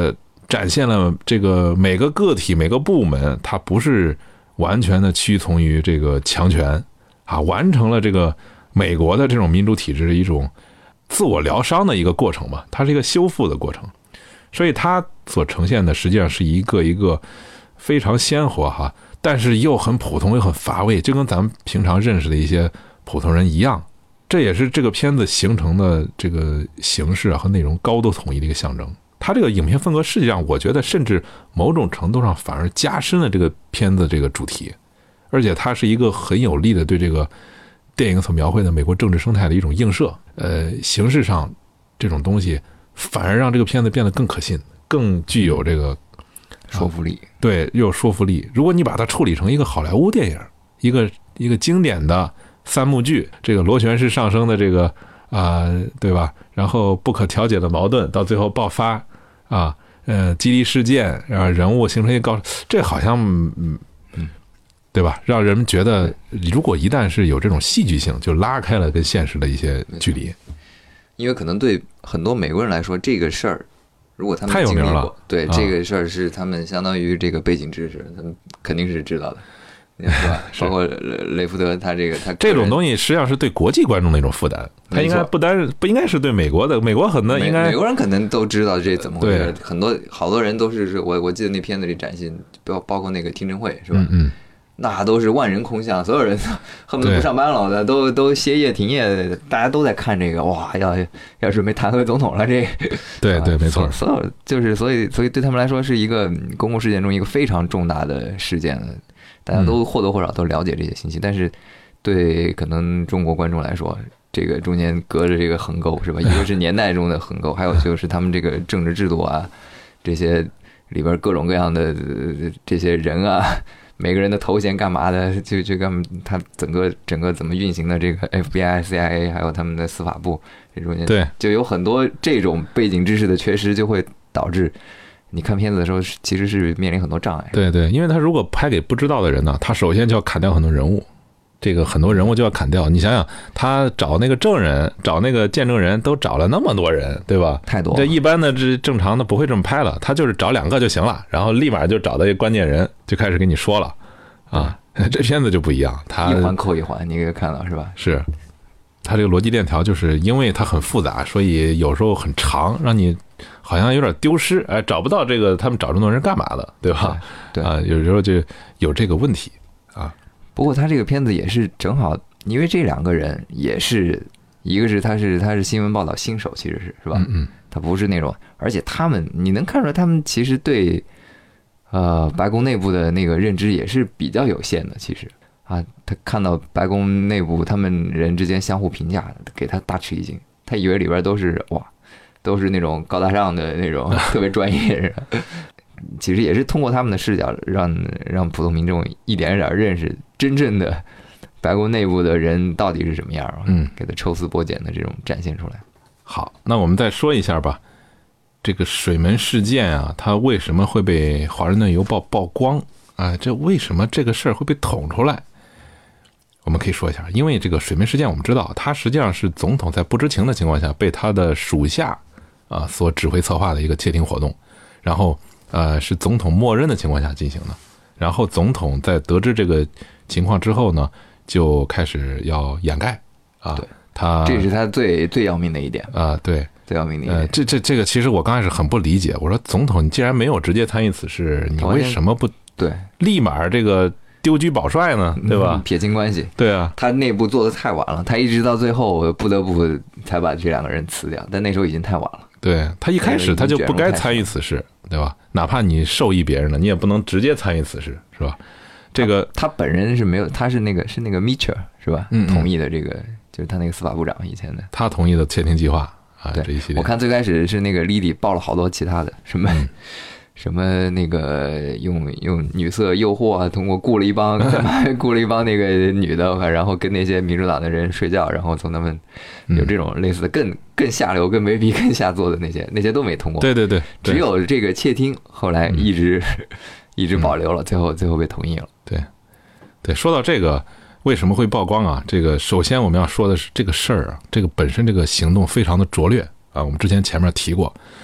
展现了这个每个个体每个部门它不是完全的屈从于这个强权啊，完成了这个美国的这种民主体制的一种自我疗伤的一个过程吧，它是一个修复的过程，所以它所呈现的实际上是一个一个非常鲜活哈，但是又很普通又很乏味，就跟咱们平常认识的一些普通人一样。这也是这个片子形成的这个形式和内容高度统一的一个象征。它这个影片风格实际上我觉得甚至某种程度上反而加深了这个片子这个主题，而且它是一个很有力的对这个电影所描绘的美国政治生态的一种映射。形式上这种东西反而让这个片子变得更可信，更具有这个说服力。 对，又有说服力。如果你把它处理成一个好莱坞电影，一个经典的三幕剧，这个螺旋式上升的这个对吧？然后不可调解的矛盾到最后爆发激励事件，人物形成一个这好像对吧？让人们觉得，如果一旦是有这种戏剧性，就拉开了跟现实的一些距离。 因为可能对很多美国人来说，这个事儿，如果他们太有名了， 对这个事儿是他们相当于这个背景知识，他们肯定是知道的。是吧？包括雷福德他这种东西实际上是对国际观众的一种负担，他应该不应该是对美国的，美国很多应该美国人可能都知道这怎么回事，好多人都是我记得那片子里展现，包括那个听证会是吧？那都是万人空巷，所有人恨不得不上班了的，都歇业停业，大家都在看这个，哇，要准备弹劾总统了，这对，没错， 所有就是所以对他们来说是一个公共事件中一个非常重大的事件。大家都或多或少都了解这些信息，但是对可能中国观众来说，这个中间隔着这个横沟是吧？一个是年代中的横沟，还有就是他们这个政治制度啊，这些里边各种各样的这些人啊，每个人的头衔干嘛的，就跟他整个怎么运行的这个 FBI、CIA， 还有他们的司法部，这中间对就有很多这种背景知识的缺失，就会导致你看片子的时候其实是面临很多障碍。 对，因为他如果拍给不知道的人呢，他首先就要砍掉很多人物，这个很多人物就要砍掉。你想想，他找那个证人，找那个见证人，都找了那么多人，对吧？ 太多了。 这一般的这正常的不会这么拍了，他就是找2个就行了，然后立马就找到一个关键人，就开始给你说了啊。这片子就不一样，他一环扣一环，你可以看到是吧？ 是。它这个逻辑链条就是因为它很复杂，所以有时候很长，让你好像有点丢失，找不到这个他们找这么多人干嘛的，对吧？ 对有时候就有这个问题啊。 不过他这个片子也是正好，因为这2个人也是一个是他是新闻报道新手，其实是吧？他不是那种，而且他们你能看出来，他们其实对白宫内部的那个认知也是比较有限的，其实。他看到白宫内部他们人之间相互评价，给他大吃一惊。他以为里边都是那种高大上的那种特别专业人，其实也是通过他们的视角，让普通民众一点点认识真正的白宫内部的人到底是什么样，给他抽丝剥茧的这种展现出来。 好，那我们再说一下吧，这个水门事件啊，它为什么会被《华盛顿邮报》曝光这为什么这个事儿会被捅出来？我们可以说一下，因为这个水门事件，我们知道，它实际上是总统在不知情的情况下被他的属下所指挥策划的一个窃听活动，然后是总统默认的情况下进行的，然后总统在得知这个情况之后呢，就开始要掩盖这是他最要命的一点对， 最要命的一点。 这个其实我刚开始很不理解，我说总统你既然没有直接参与此事，你为什么不立马这个丢车保帅呢？对吧？ 撇清关系。 对啊， 他内部做的太晚了，他一直到最后不得不才把这2个人辞掉，但那时候已经太晚了。 对，他一开始他就不该参与此事，对吧？哪怕你授意别人的，你也不能直接参与此事，是吧？这个他本人是没有，他是那个Mitchell 是吧？同意的这个就是他那个司法部长以前的， 他同意的窃听计划对， 这一系列。 我看最开始是那个 Lily 报了好多其他的什么那个用女色诱惑通过雇了一帮那个女的，然后跟那些民主党的人睡觉，然后从他们有这种类似的更下流、更卑鄙、更下作的那些都没通过。 对， 只有这个窃听后来一直保留了，最后被同意了。 对，说到这个为什么会曝光啊？这个首先我们要说的是这个事儿这个本身这个行动非常的拙劣我们之前前面提过。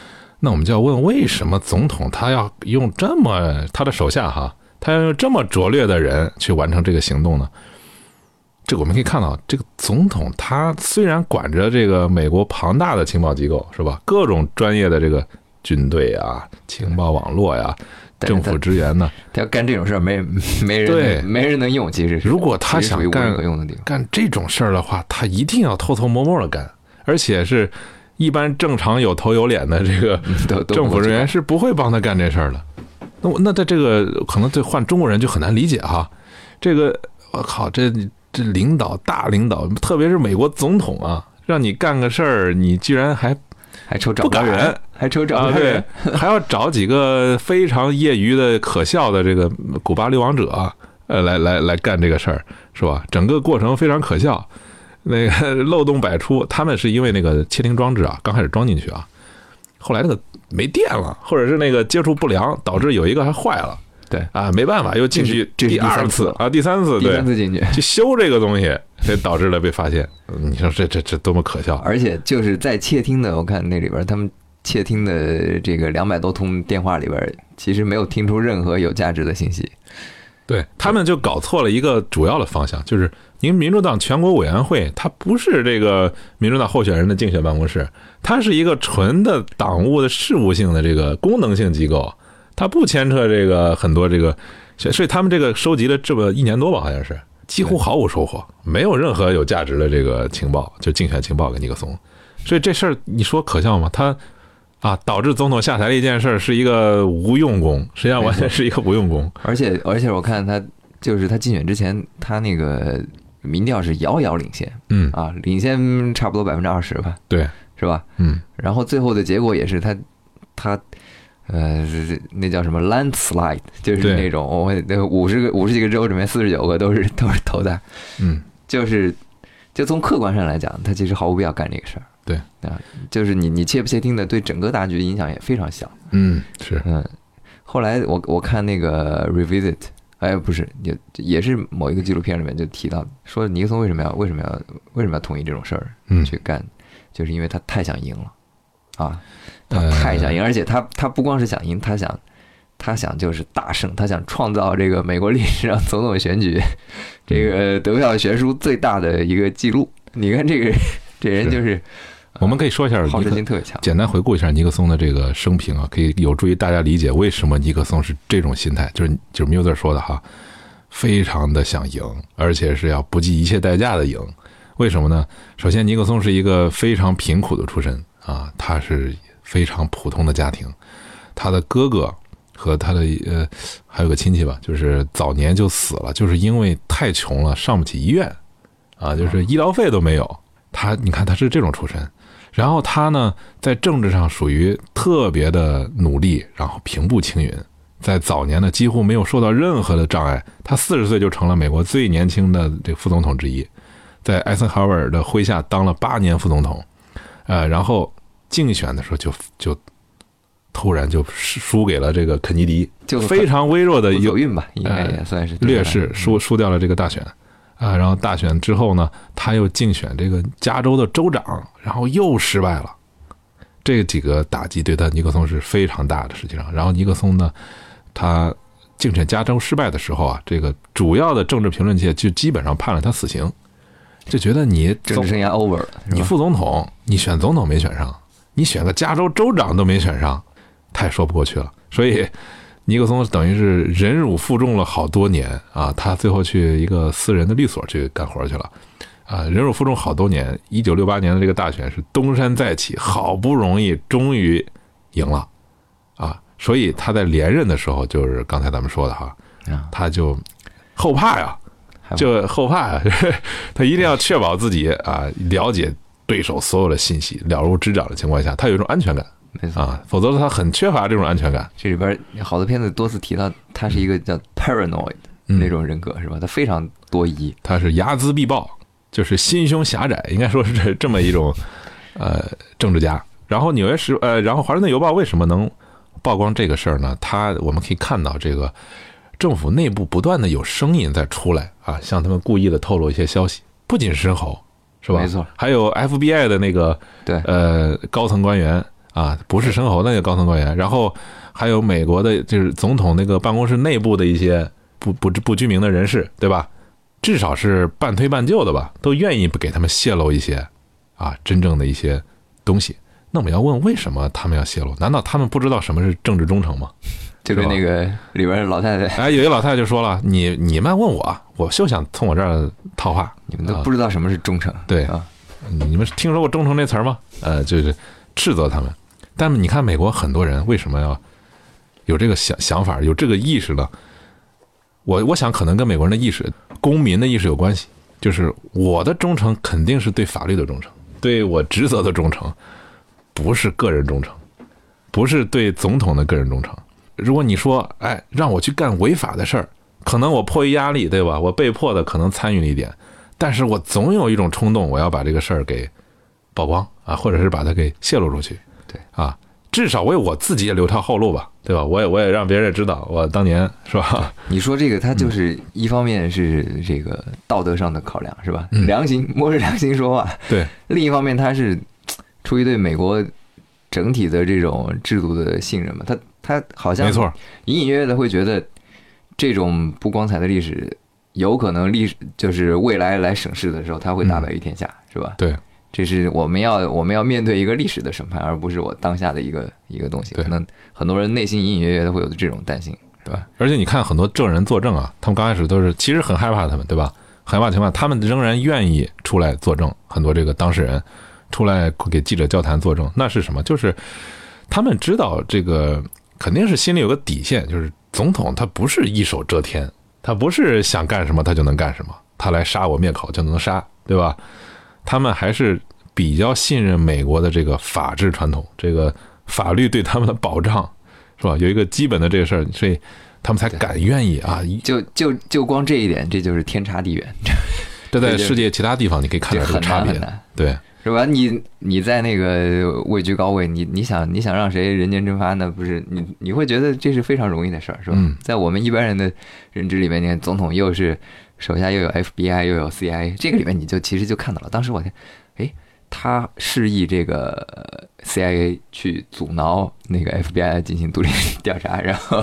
那我们就要问，为什么总统他要用他的手下他要用这么拙劣的人去完成这个行动呢？这个我们可以看到，这个总统他虽然管着这个美国庞大的情报机构，是吧？各种专业的这个军队啊、情报网络呀、政府支援呢， 他要干这种事儿，没人能用。其实如果他想干这种事儿的话，他一定要偷偷摸摸的干，而且是一般正常有头有脸的这个政府人员是不会帮他干这事儿的。那在这个可能对换中国人就很难理解这个我靠，这大领导，特别是美国总统啊，让你干个事儿，你居然还抽找不人，还抽找不人， 还要找几个非常业余的可笑的这个古巴流亡者来干这个事儿，是吧？整个过程非常可笑，那个漏洞百出。他们是因为那个窃听装置刚开始装进去后来那个没电了，或者是那个接触不良，导致有一个还坏了。 对没办法，又进去第二次第三次进去修这个东西，所以导致了被发现。你说这多么可笑！ 而且就是在窃听的，我看那里边他们窃听的这个200多通电话里边，其实没有听出任何有价值的信息。 对，他们就搞错了一个主要的方向，就是您民主党全国委员会，它不是这个民主党候选人的竞选办公室，它是一个纯的党务的事务性的这个功能性机构。他不牵扯这个很多这个，所以他们这个收集了这么1年多吧，好像是几乎毫无收获，没有任何有价值的这个情报，就竞选情报给尼克松。所以这事儿你说可笑吗？他导致总统下台的一件事是一个无用功，实际上完全是一个无用功。 而且我看他就是他竞选之前，他那个民调是遥遥领先，领先差不多20%吧， 对， 是吧？然后最后的结果也是他。那叫什么 landslide， 就是那种50几个州里面49个都是投的，就从客观上来讲，他其实毫无必要干这个事儿。 对就是你窃不窃听的，对整个大局影响也非常小。 是后来我看那个 revisit， 不是也是某一个纪录片里面就提到说尼克松为什么要同意这种事儿去干，就是因为他太想赢了他太想赢，而且他不光是想赢，他想就是大胜，他想创造这个美国历史上总统选举这个得票悬殊最大的一个记录。你看这人就是， 我们可以说一下好胜心特别强， 简单回顾一下尼克松的这个生平可以有助于大家理解为什么尼克松是这种心态，就是 Mueller 说的非常的想赢，而且是要不计一切代价的赢。为什么呢？首先，尼克松是一个非常贫苦的出身他是非常普通的家庭，他的哥哥和他的还有个亲戚吧，就是早年就死了，就是因为太穷了上不起医院就是医疗费都没有。你看他是这种出身，然后他呢在政治上属于特别的努力，然后平步青云，在早年呢几乎没有受到任何的障碍。他40岁就成了美国最年轻的这个副总统之一，在艾森豪威尔的麾下当了8年副总统，然后竞选的时候就突然就输给了这个肯尼迪，就非常微弱的走运吧，应该也算是劣势，输掉了这个大选然后大选之后呢，他又竞选这个加州的州长，然后又失败了。这几个打击对尼克松是非常大的，实际上。然后尼克松呢，他竞选加州失败的时候这个主要的政治评论界就基本上判了他死刑，就觉得你政治生涯 over 了， 你副总统，你选总统没选上，你选个加州州长都没选上，太说不过去了。所以尼克松等于是忍辱负重了好多年他最后去一个私人的律所去干活去了忍辱负重好多年。1968年的这个大选是东山再起，好不容易终于赢了所以他在连任的时候，就是刚才咱们说的他就后怕他一定要确保自己了解对手所有的信息，了如指掌的情况下，他有一种安全感。 没错否则他很缺乏这种安全感。 这里边好多片子多次提到，他是一个叫 paranoid 那种人格，是吧？他非常多疑， 他是睚眦必报，就是心胸狭窄，应该说是这么一种政治家。然后然后华盛顿邮报为什么能曝光这个事儿呢？我们可以看到这个政府内部不断的有声音在出来向他们故意的透露一些消息，不仅是申侯，是吧？ 没错， 还有 FBI 的那个对高层官员啊，不是申侯的那个高层官员，然后还有美国的就是总统那个办公室内部的一些不具名的人士，对吧？至少是半推半就的吧，都愿意给他们泄露一些啊真正的一些东西。那我们要问，为什么他们要泄露？难道他们不知道什么是政治忠诚吗？ 就跟那个里边的老太太， 哎，有一老太太就说了，你们问我就想从我这儿套话， 你们都不知道什么是忠诚， 对啊， 你们听说过忠诚这词儿吗？就是斥责他们。但是你看美国很多人为什么要有这个想法，有这个意识呢？我想可能跟美国人的意识、公民的意识有关系。就是我的忠诚肯定是对法律的忠诚，对我职责的忠诚，不是个人忠诚，不是对总统的个人忠诚。如果你说，哎，让我去干违法的事儿，可能我迫于压力，对吧？我被迫的可能参与了一点，但是我总有一种冲动，我要把这个事儿给曝光啊，或者是把它给泄露出去。 对啊，至少为我自己也留条后路吧，对吧？我也让别人知道我当年是吧？ 你说这个，它就是一方面是这个道德上的考量，是吧？良心，摸着良心说话。 对。 另一方面，它是出于对美国整体的这种制度的信任嘛，他好像没错， 隐隐约约的会觉得这种不光彩的历史有可能就是未来来审视的时候，他会大白于天下，是吧？ 对， 这是我们要面对一个历史的审判，而不是我当下的一个东西。可能很多人内心隐隐约约的会有这种担心，是吧？ 而且你看很多证人作证啊，他们刚开始都是其实很害怕他们，对吧？很害怕情况，他们仍然愿意出来作证。很多这个当事人出来给记者交谈作证，那是什么？就是他们知道这个肯定是心里有个底线，就是总统他不是一手遮天，他不是想干什么他就能干什么，他来杀我灭口就能杀，对吧？他们还是比较信任美国的这个法治传统，这个法律对他们的保障，是吧？有一个基本的这个事儿，所以他们才敢愿意啊。 就光这一点，这就是天差地远。 这在世界其他地方你可以看到这个差别，对。 是吧？你在那个位居高位，你想让谁人间蒸发，那不是你会觉得这是非常容易的事儿，是吧？在我们一般人的认知里面，你看总统又是手下又有 FBI 又有 CIA， 这个里面你其实就看到了。当时我看，哎，他示意这个 CIA 去阻挠那个 FBI 进行独立调查，然后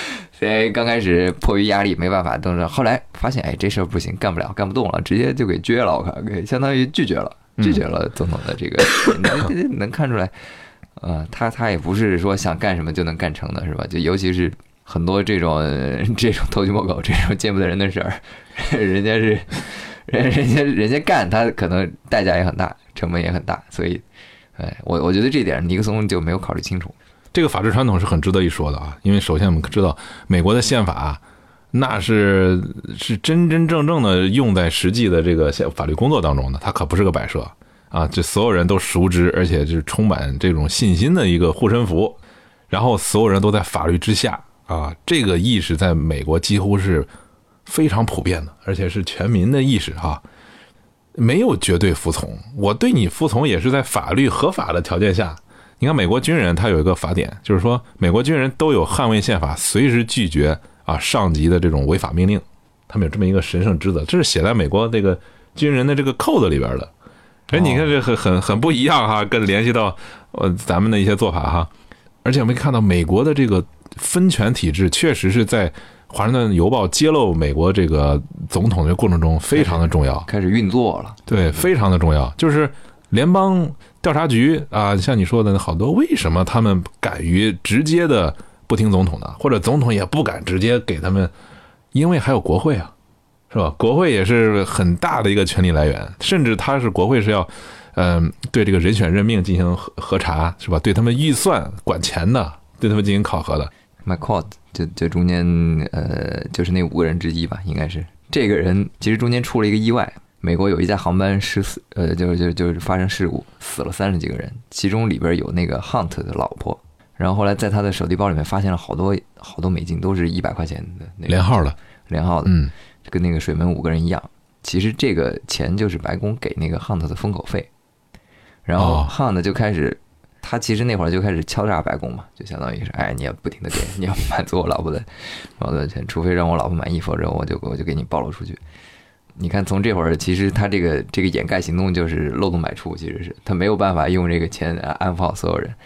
CIA 刚开始迫于压力没办法，等着后来发现，哎，这事儿不行，干不动了，直接就给撅了，我靠，给相当于拒绝了总统的这个，能看出来，他也不是说想干什么就能干成的，是吧？就尤其是很多这种偷鸡摸狗、这种见不得人的事儿，人家干，他可能代价也很大，成本也很大，所以，我觉得这点尼克松就没有考虑清楚。 这个法治传统是很值得一说的啊，因为首先我们知道美国的宪法。那是真正的用在实际的这个法律工作当中的，它可不是个摆设啊！这所有人都熟知，而且就是充满这种信心的一个护身符，然后所有人都在法律之下啊！这个意识在美国几乎是非常普遍的，而且是全民的意识啊！没有绝对服从，我对你服从也是在法律合法的条件下。你看美国军人他有一个法典，就是说美国军人都有捍卫宪法，随时拒绝上级的这种违法命令，他们有这么一个神圣职责，这是写在美国这个军人的这个扣子里边的。所以你看这很不一样哈，跟联系到咱们的一些做法哈。而且我们可以看到美国的这个分权体制确实是在华盛顿邮报揭露美国这个总统的过程中非常的重要， 开始运作了。 对，非常的重要。就是联邦调查局啊，像你说的好多，为什么他们敢于直接的不听总统的，或者总统也不敢直接给他们，因为还有国会啊，是吧？国会也是很大的一个权力来源，甚至他是国会是要，对这个人选任命进行核查，是吧？对他们预算管钱的，对他们进行考核的。 McCord 就中间就是那5个人之一吧，应该是这个人。其实中间出了一个意外，美国有一架航班就是发生事故，死了30几个人，其中里边有那个 Hunt 的老婆。然后后来在他的手提包里面发现了好多美金，都是100块钱的那个连号的， 跟那个水门5个人一样。其实这个钱就是白宫给那个 Hunt 的封口费。然后 Hunt 就开始，他其实那会儿就开始敲诈白宫嘛，就相当于是，哎，你要不停的给，你要满足我老婆的钱，除非让我老婆满意，否则我就给你暴露出去。你看，从这会儿，其实他这个掩盖行动就是漏洞百出，其实是他没有办法用这个钱安抚好所有人。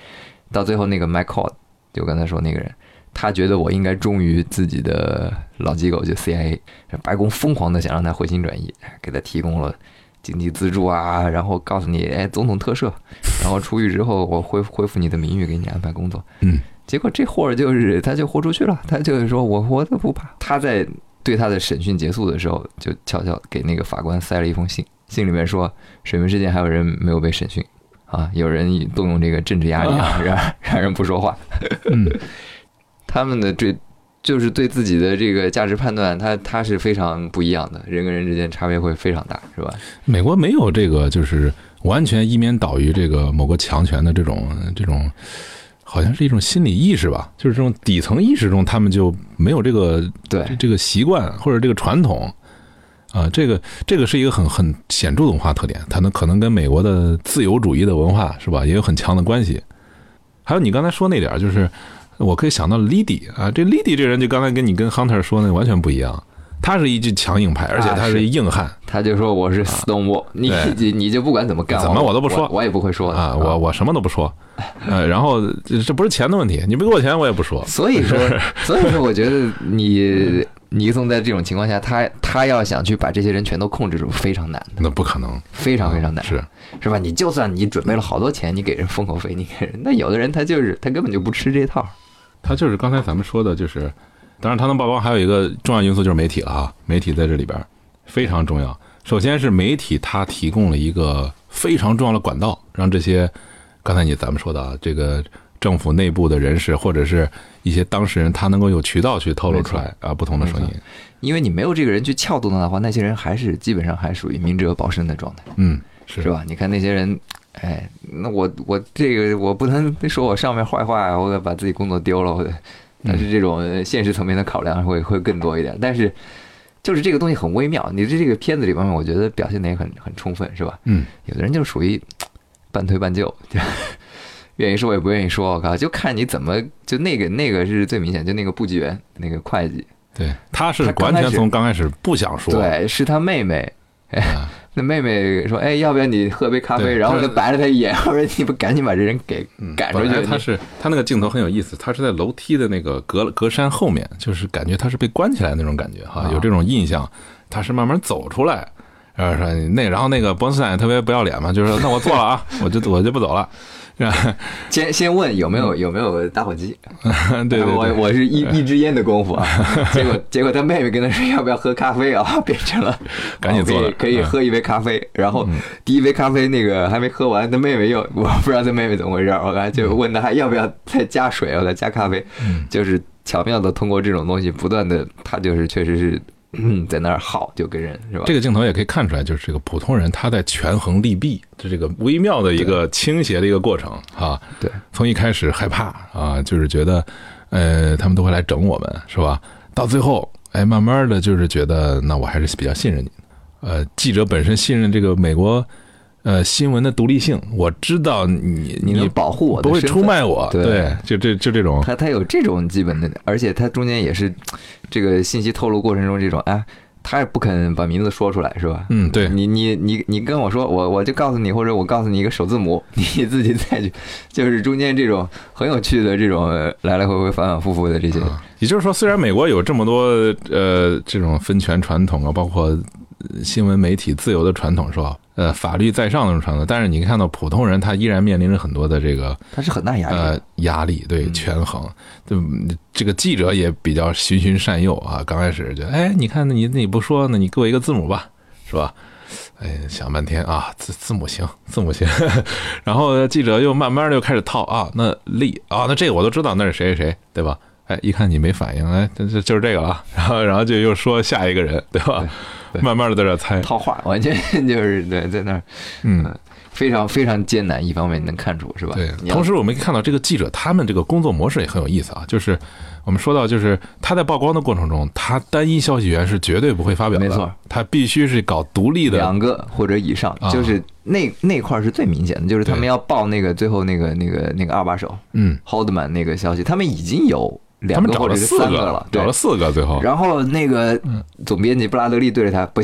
到最后那个 McCall 就刚才说那个人，他觉得我应该忠于自己的老机构，就 CIA， 白宫疯狂的想让他回心转意，给他提供了经济资助啊，然后告诉你，哎，总统特赦，然后出狱之后我恢复你的名誉，给你安排工作。结果这货就是他就豁出去了，他就是说我活得不怕。他在对他的审讯结束的时候，就悄悄给那个法官塞了一封信，信里面说水门事件还有人没有被审讯啊，有人动用这个政治压力啊，让人不说话。他们的就是对自己的这个价值判断，他是非常不一样的，人跟人之间差别会非常大，是吧？ 美国没有这个就是完全一面倒于这个某个强权的这种，好像是一种心理意识吧，就是这种底层意识中，他们就没有这个习惯或者这个传统啊，这个是一个很显著的文化特点，它可能跟美国的自由主义的文化是吧，也有很强的关系。还有你刚才说那点，就是我可以想到 Liddy 啊，这 Liddy 这人就刚才跟 Hunter 说的完全不一样，他是一句强硬派，而且他是一硬汉， 他就说我是 Stonewall，你就不管怎么干， 怎么我都不说， 我也不会说啊，我什么都不说，然后这不是钱的问题，你不给我钱我也不说。 所以说我觉得尼克松在这种情况下，他要想去把这些人全都控制住，非常难的。 那不可能， 非常非常难， 是吧？你就算你准备了好多钱，你给人封口费，你给人，那有的人他根本就不吃这套。 他就是刚才咱们说的，就是当然他能曝光还有一个重要因素就是媒体了啊，媒体在这里边非常重要。首先是媒体，它提供了一个非常重要的管道，让这些刚才咱们说的啊，这个政府内部的人士或者是一些当事人，他能够有渠道去透露出来啊不同的声音。 因为你没有这个人去撬动他的话，那些人基本上还属于明哲保身的状态。是吧？你看那些人，哎，那我这个我不能说我上面坏话，我把自己工作丢了，但是这种现实层面的考量会更多一点。但是就是这个东西很微妙，你这个片子里面，我觉得表现的也很充分，是吧？有的人就属于半推半就，愿意说也不愿意说，我靠，就看你怎么就那个是最明显，就那个部级员那个会计， 对，他是完全从刚开始不想说， 对，是他妹妹。那妹妹说：“哎，要不要你喝杯咖啡？”然后就白了他一眼，我说：“你不赶紧把这人给赶出去？” 他那个镜头很有意思，他是在楼梯的那个隔栅后面，就是感觉他是被关起来的那种感觉哈，有这种印象。他是慢慢走出来，然后那个伯恩斯坦特别不要脸嘛，就是说：“那我做了啊，我就不走了。” 先问有没有打火机？ 对， 我是一支烟的功夫啊。结果他妹妹跟他说要不要喝咖啡啊，变成了赶紧做了， 可以喝一杯咖啡。然后第一杯咖啡那个还没喝完，他妹妹我不知道他妹妹怎么回事，我刚才就问他还要不要再加水，我再加咖啡，就是巧妙的通过这种东西不断的，他就是确实是。在那儿耗就跟人是吧？ 这个镜头也可以看出来，就是这个普通人他在权衡利弊，这个微妙的一个倾斜的一个过程啊。 对， 从一开始害怕啊，就是觉得他们都会来整我们是吧？到最后慢慢的就是觉得那我还是比较信任你。记者本身信任这个美国新闻的独立性，我知道你能保护我的， 不会出卖我，对，就这种， 他有这种基本的，而且他中间也是这个信息透露过程中这种，他也不肯把名字说出来，是吧？ 对， 你跟我说，我就告诉你，或者我告诉你一个首字母，你自己再去，就是中间这种很有趣的这种来来回回反反复复的这些。 也就是说，虽然美国有这么多这种分权传统啊，包括新闻媒体自由的传统，是吧？法律在上的传统，但是你看到普通人他依然面临着很多的这个， 他是很大压力，对，权衡，对，这个记者也比较循循善诱啊，刚开始就你看你不说，那你给我一个字母吧，是吧？想半天啊，字母行，然后记者又慢慢的又开始套啊，那力啊，那这个我都知道，那是谁谁谁，对吧？一看你没反应，就是这个了，然后就又说下一个人，对吧？慢慢的在这猜套话，完全就是对，在那儿，非常非常艰难。一方面能看出是吧？ 对。同时我们可以看到这个记者他们这个工作模式也很有意思啊，就是我们说到，就是他在曝光的过程中，他单一消息源是绝对不会发表的， 没错， 他必须是搞独立的 2个或者以上，就是那块是最明显的，就是他们要报那个最后那个二把手，Haldeman 那个消息，他们已经有。2个或者是3个了， 找了4个最后， 然后那个总编辑布拉德利对着他不行，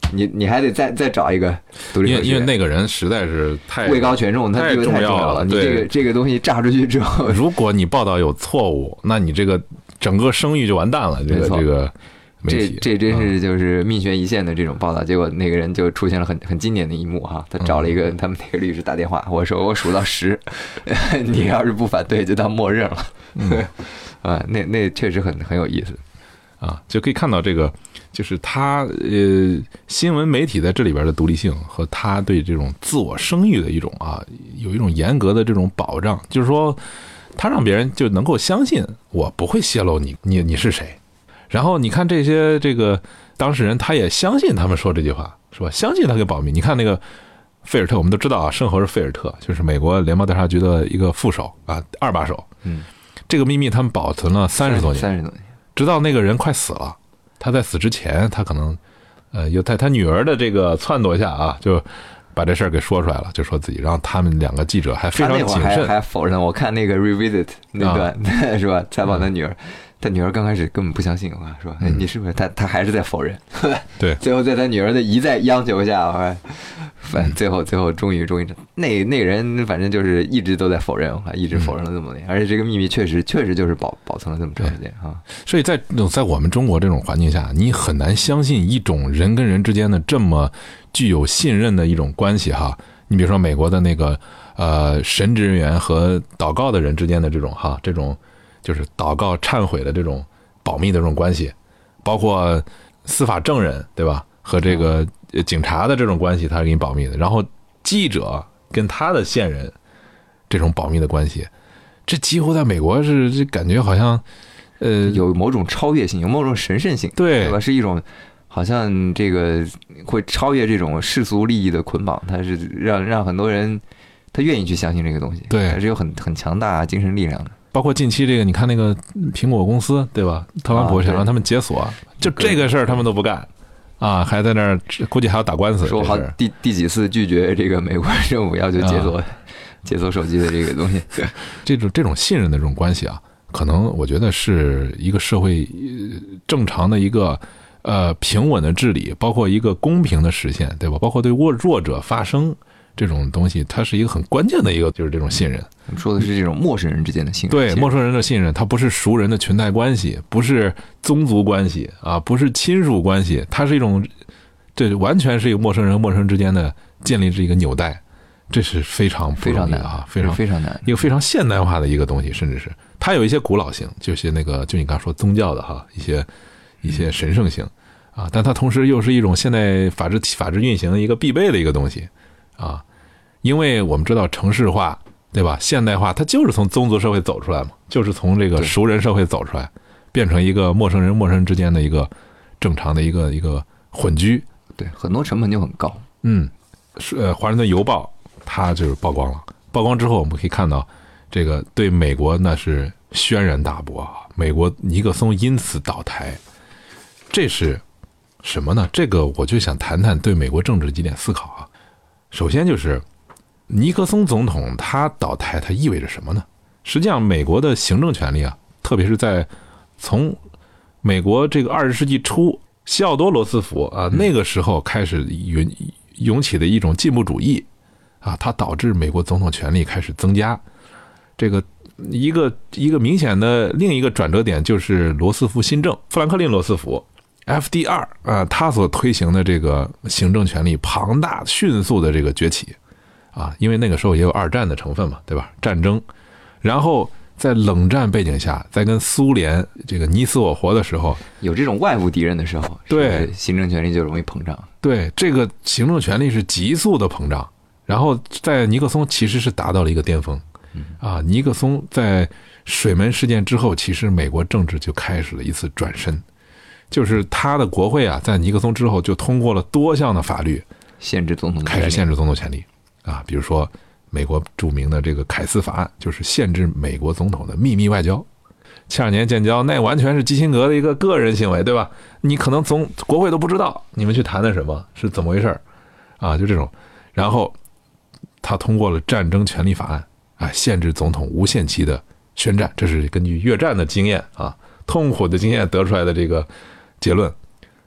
你还得再找一个独立科学， 因为那个人实在是位高权重，他地位太重要了。你这个东西炸出去之后， 如果你报道有错误，那你这个整个声誉就完蛋了。这个媒体， 这真是就是命悬一线的这种报道。结果那个人就出现了很经典的一幕哈，他找了一个他们那个律师打电话，我说我数到10，你要是不反对就当默认了。那确实很有意思啊，就可以看到这个就是他新闻媒体在这里边的独立性和他对这种自我声誉的一种有一种严格的这种保障，就是说他让别人就能够相信我不会泄露你是谁。然后你看这个当事人他也相信他们说这句话是吧，相信他给保密。你看那个费尔特，我们都知道啊，圣何是费尔特，就是美国联邦调查局的一个副手二把手。这个秘密他们保存了30多年，直到那个人快死了，他在死之前，他可能有他女儿的这个撺掇下就把这事儿给说出来了，就说自己让他们2个记者还非常谨慎， 还否认。我看那个 revisit 那段是吧？采访他女儿。他女儿刚开始根本不相信，我说你是不是他还是在否认。 对， 最后在他女儿的一再央求下，最后终于那个人反正就是一直都在否认，一直否认了这么多年，而且这个秘密确实就是保存了这么长时间所以在我们中国这种环境下，你很难相信一种人跟人之间的这么具有信任的一种关系你比如说美国的那个神职人员和祷告的人之间的这种就是祷告忏悔的这种保密的这种关系，包括司法证人对吧，和这个警察的这种关系，他是给你保密的。然后记者跟他的线人这种保密的关系，这几乎在美国是感觉好像有某种超越性，有某种神圣性，对吧？是一种好像这个会超越这种世俗利益的捆绑，它是让很多人他愿意去相信这个东西， 对， 它是有很强大精神力量的。 包括近期这个，你看那个苹果公司对吧？特朗普想让他们解锁，就这个事儿他们都不干还在那儿估计还要打官司， 说好第几次拒绝这个美国政府要求解锁手机的这个东西。 这种信任的这种关系可能我觉得是一个社会正常的一个平稳的治理，包括一个公平的实现，对吧？包括对弱者发声。这种东西它是一个很关键的一个，就是这种信任。 我们说的是这种陌生人之间的信任。 对，陌生人的信任，它不是熟人的裙带关系，不是宗族关系不是亲属关系，它是一种，这完全是一个陌生人之间的建立这一个纽带，这是非常不容易的非常难， 一个非常现代化的一个东西，甚至是它有一些古老性，就是那个就你刚才说宗教的一些神圣性但它同时又是一种现代法治运行的一个必备的一个东西。因为我们知道城市化对吧，现代化它就是从宗族社会走出来嘛，就是从这个熟人社会走出来，变成一个陌生人之间的一个正常的一个混居。 对，很多成本就很高。 华盛顿邮报它就是曝光了，曝光之后我们可以看到这个对美国那是轩然大波美国尼克松因此倒台，这是什么呢？这个我就想谈谈对美国政治几点思考首先就是尼克松总统他倒台，他意味着什么呢？实际上美国的行政权力特别是在从美国这个20世纪初西奥多·罗斯福那个时候开始涌起的一种进步主义它导致美国总统权力开始增加。这个一个明显的另一个转折点就是罗斯福新政，富兰克林罗斯福FDR 他所推行的这个行政权力庞大迅速的这个崛起因为那个时候也有2战的成分嘛，对吧？战争，然后在冷战背景下，在跟苏联这个你死我活的时候， 有这种外部敌人的时候， 对， 行政权力就容易膨胀。 对，这个行政权力是急速的膨胀，然后在尼克松其实是达到了一个巅峰尼克松在水门事件之后，其实美国政治就开始了一次转身。就是他的国会在尼克松之后就通过了多项的法律， 限制总统开始限制总统权利比如说美国著名的这个凯斯法案，就是限制美国总统的秘密外交。72年建交，那完全是基辛格的一个个人行为，对吧？你可能从国会都不知道你们去谈的什么是怎么回事就这种。然后他通过了战争权利法案限制总统无限期的宣战，这是根据越战的经验痛苦的经验得出来的这个结论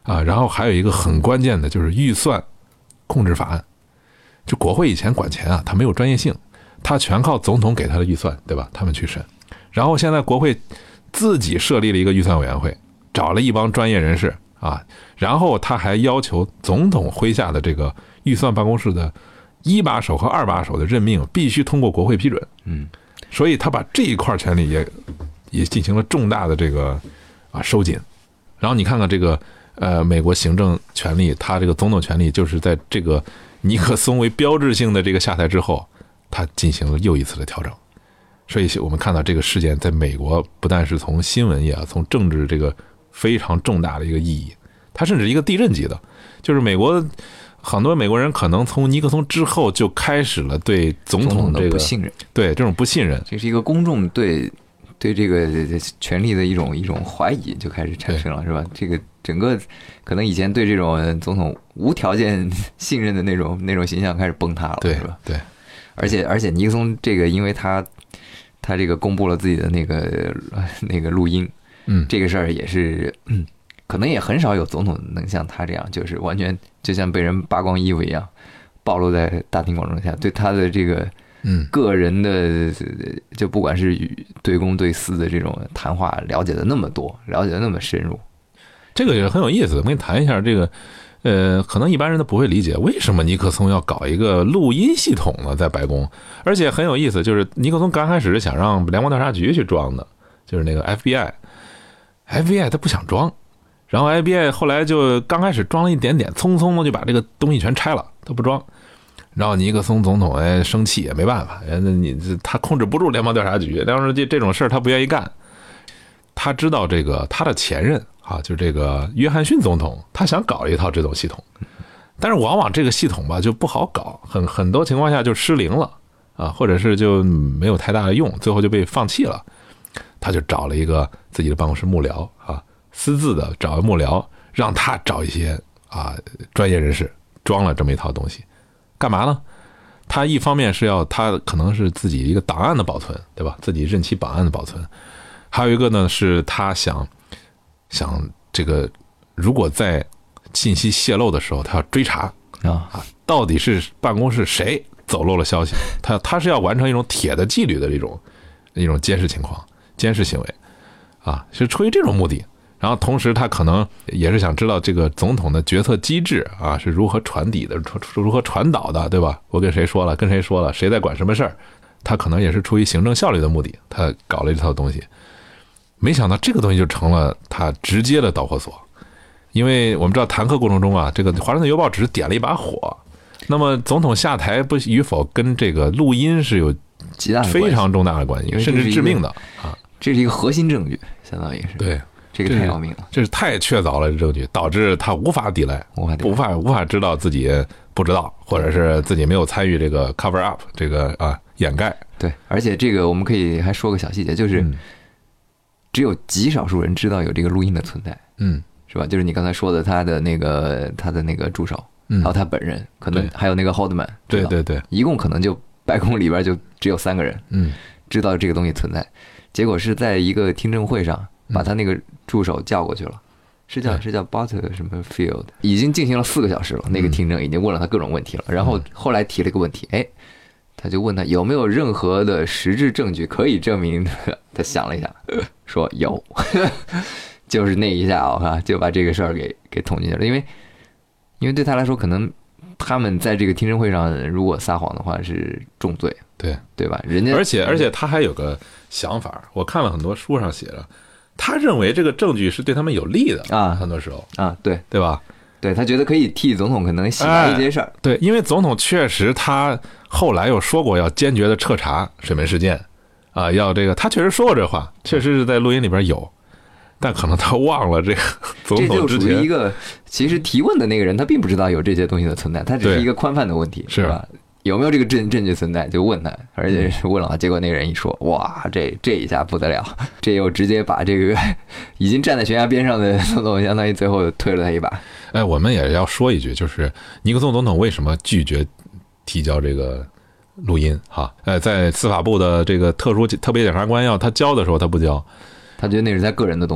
啊，然后还有一个很关键的就是预算控制法案。就国会以前管钱啊，他没有专业性，他全靠总统给他的预算，对吧？他们去审。然后现在国会自己设立了一个预算委员会，找了一帮专业人士啊，然后他还要求总统麾下的这个预算办公室的1把手和2把手的任命必须通过国会批准。所以他把这一块权力也进行了重大的这个收紧。然后你看看这个美国行政权力，他这个总统权力就是在这个尼克松为标志性的这个下台之后，他进行了又一次的调整。所以我们看到这个事件在美国不但是从新闻也从政治这个非常重大的一个意义，它甚至一个地震级的，就是美国很多美国人可能从尼克松之后就开始了对总统这个不信任， 对这种不信任， 这是一个公众对这个权力的一种怀疑就开始产生了，是吧？这个整个可能以前对这种总统无条件信任的那种形象开始崩塌了， 对， 是吧？ 对， 而且尼克松这个，因为他这个公布了自己的那个录音，这个事儿也是，可能也很少有总统能像他这样，就是完全就像被人扒光衣服一样，暴露在大庭广众下，对他的这个个人的，就不管是对公对私的这种谈话了解的那么多，了解的那么深入， 这个也很有意思。我跟你谈一下这个。可能一般人都不会理解为什么尼克松要搞一个录音系统呢，在白宫。而且很有意思，就是尼克松刚开始是想让联邦调查局去装的，就是那个 FBI 他不想装，然后 FBI 后来就刚开始装了一点点，匆匆的就把这个东西全拆了，他不装。然后尼克松总统生气也没办法，他控制不住联邦调查局，当时这种事儿他不愿意干。他知道这个他的前任就是这个约翰逊总统，他想搞一套这种系统，但是往往这个系统吧就不好搞，很多情况下就失灵了或者是就没有太大的用，最后就被放弃了。他就找了一个自己的办公室幕僚私自的找幕僚，让他找一些专业人士装了这么一套东西，干嘛呢？他一方面是要他可能是自己一个档案的保存，对吧？自己任期档案的保存。还有一个呢，是他想这个，如果在信息泄露的时候，他要追查到底是办公室谁走漏了消息，他是要完成一种铁的纪律的一种监视情况、监视行为是出于这种目的。然后同时他可能也是想知道这个总统的决策机制是如何传递的、如何传导的，对吧？我跟谁说了，谁在管什么事儿，他可能也是出于行政效率的目的，他搞了这套东西。没想到这个东西就成了他直接的导火索，因为我们知道弹劾过程中这个《华盛顿邮报》只是点了一把火，那么总统下台与否跟这个录音是有非常重大的关系，甚至致命的这是一个核心证据，相当于是对， 这个太要命了， 这是太确凿了的证据，导致他无法抵赖，无法知道自己不知道，或者是自己没有参与这个 cover up 这个掩盖。 对，而且这个我们可以还说个小细节，就是只有极少数人知道有这个录音的存在，是吧？就是你刚才说的他的那个助手，还有他本人，可能还有那个 Haldeman， 对对对， 一共可能就白宫里边就只有3个人，知道这个东西存在。结果是在一个听证会上，把他那个助手叫过去了，是叫 Butter 什么 Field， 已经进行了4个小时了，那个听证已经问了他各种问题了，然后后来提了一个问题，他就问他有没有任何的实质证据可以证明，他想了一下，说有，就是那一下就把这个事儿给捅进去了，因为对他来说，可能他们在这个听证会上如果撒谎的话是重罪，对吧？人家而且他还有个想法，我看了很多书上写着，他认为这个证据是对他们有利的很多时候对吧？ 对，他觉得可以替总统可能洗白一些事儿， 对，因为总统确实他后来又说过要坚决的彻查水门事件要这个，他确实说过这话，确实是在录音里边有，但可能他忘了这个总统之前， 这就属于一个其实提问的那个人他并不知道有这些东西的存在，他只是一个宽泛的问题，是吧？有没有这个证据存在就问他，而且是问了，结果那个人一说，哇，这一下不得了，这又直接把这个已经站在悬崖边上的总统相当于最后推了他一把。 我们也要说一句，就是尼克松总统为什么拒绝提交这个录音在司法部的这个特别检察官要他交的时候他不交， 他觉得那是他个人的东西，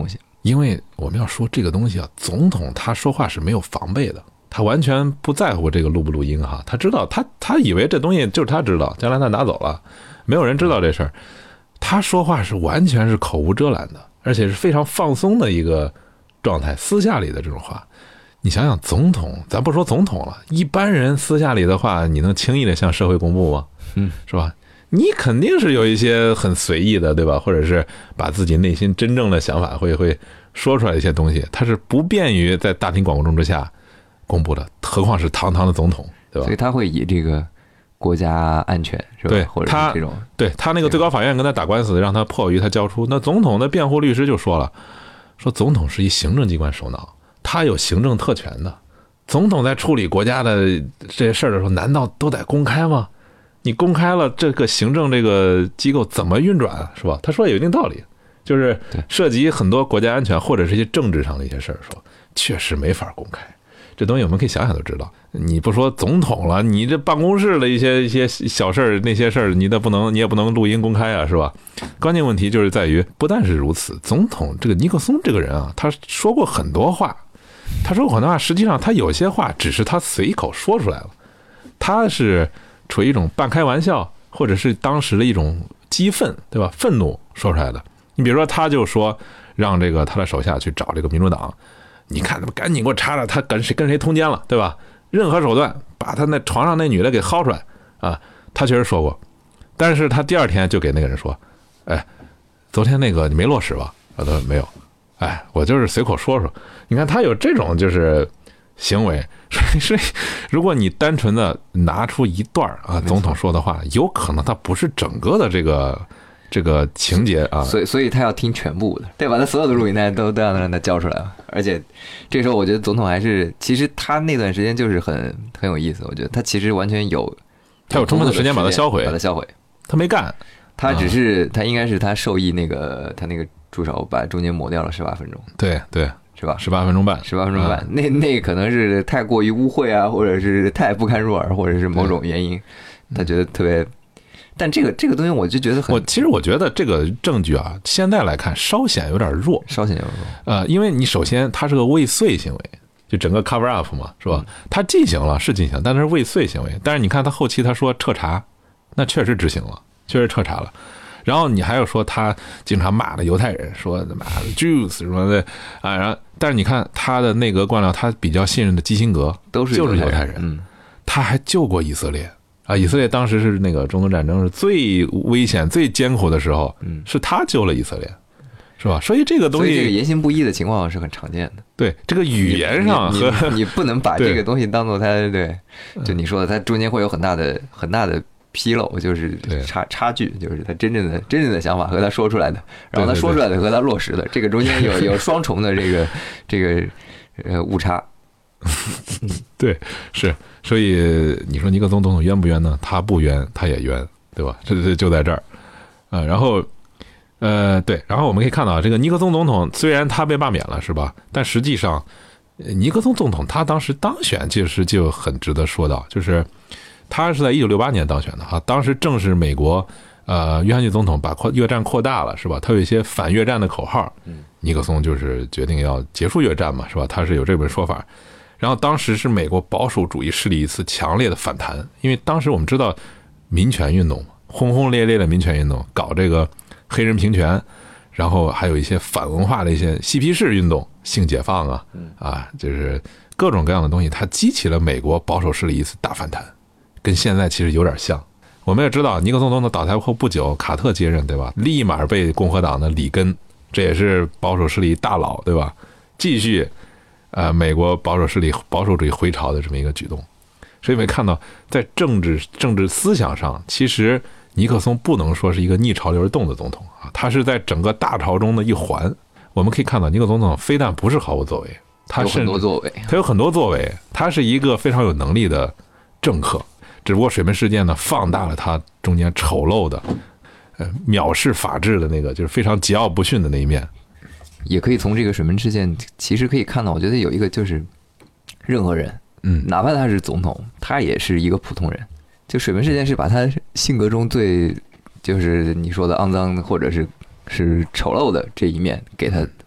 因为我们要说这个东西啊，总统他说话是没有防备的，他完全不在乎这个录不录音哈，他知道他以为这东西就是他知道，将来他拿走了，没有人知道这事儿。他说话是完全是口无遮拦的，而且是非常放松的一个状态，私下里的这种话。你想想，总统，咱不说总统了，一般人私下里的话，你能轻易的向社会公布吗？是吧？你肯定是有一些很随意的，对吧？或者是把自己内心真正的想法会说出来一些东西，它是不便于在大庭广众之下公布的，何况是堂堂的总统，对吧？ 所以他会以这个国家安全是吧？ 对， 或者是这种， 对他那个最高法院跟他打官司，让他迫于他交出。那总统的辩护律师就说了，说总统是一行政机关首脑，他有行政特权的。总统在处理国家的这些事儿的时候，难道都得公开吗？你公开了这个行政这个机构怎么运转啊，是吧？他说有一定道理，就是涉及很多国家安全或者是一些政治上的一些事儿，说确实没法公开。这东西我们可以想想就知道，你不说总统了，你这办公室的一些小事儿，那些事儿你也不能录音公开啊，是吧？关键问题就是在于，不但是如此，总统这个尼克松这个人啊，他说过很多话，实际上他有些话只是他随口说出来了，他是处于一种半开玩笑，或者是当时的一种激愤，对吧？愤怒说出来的。你比如说，他就说让这个他的手下去找这个民主党，你看他们赶紧给我查查他跟谁通奸了，对吧？任何手段把他那床上那女的给薅出来啊！他确实说过，但是他第二天就给那个人说，哎，昨天那个你没落实吧？他说没有，哎，我就是随口说说。你看他有这种就是行为，所以如果你单纯的拿出一段啊总统说的话，有可能他不是整个的这个情节啊， 所以他要听全部的，对吧？他所有的录音带都要让他交出来了。而且这时候我觉得总统还是，其实他那段时间就是很有意思。我觉得他其实完全他有充分的时间把它销毁，他没干， 他只是他应该是他授意他那个助手把中间抹掉了18分钟， 对， 是吧 ？18分钟半， 那可能是太过于污秽啊，或者是太不堪入耳，或者是某种原因，他觉得特别。但这个东西我就觉得其实我觉得这个证据啊，现在来看稍显有点弱。因为你首先它是个未遂行为，就整个 cover up 嘛，是吧？他进行了，但是未遂行为。但是你看他后期他说彻查，那确实执行了，确实彻查了。然后你还有说他经常骂的犹太人，说妈的 Jews 什么的啊，然后但是你看他的内阁官僚，他比较信任的基辛格就是犹太人，他还救过以色列。以色列当时是那个中东战争是最危险最艰苦的时候，是他救了以色列，是吧？所以这个东西， 所以这个言行不一的情况是很常见的。 对，这个语言上你不能把这个东西当做他对，就你说的，他中间会有很大的纰漏，就是差距，就是他真正的想法和他说出来的，然后他说出来的和他落实的，这个中间有双重的这个误差。 对，是，所以你说尼克松总统冤不冤呢？他不冤，他也冤，对吧？这就在这儿，然后，对，然后我们可以看到，这个尼克松总统虽然他被罢免了，是吧？但实际上，尼克松总统他当时当选就很值得说到，就是他是在1968年当选的哈，当时正是美国约翰逊总统把越战扩大了，是吧？他有一些反越战的口号，尼克松就是决定要结束越战嘛，是吧？他是有这本说法。然后当时是美国保守主义势力一次强烈的反弹，因为当时我们知道民权运动，轰轰烈烈的民权运动，搞这个黑人平权，然后还有一些反文化的一些嬉皮士运动，性解放就是各种各样的东西，它激起了美国保守势力一次大反弹，跟现在其实有点像。我们也知道尼克松总统倒台后不久，卡特接任，对吧？立马被共和党的里根，这也是保守势力大佬，对吧？继续美国保守势力保守主义回潮的这么一个举动。所以我们看到在政治思想上，其实尼克松不能说是一个逆潮流而动的总统啊，他是在整个大潮中的一环。我们可以看到尼克松总统非但不是毫无作为，他有很多作为， 他是一个非常有能力的政客，只不过水门事件呢放大了他中间丑陋的藐视法治的那个就是非常桀骜不驯的那一面。 也可以从这个水门事件其实可以看到，我觉得有一个就是任何人哪怕他是总统，他也是一个普通人。就水门事件是把他性格中最就是你说的肮脏或者是丑陋的这一面给他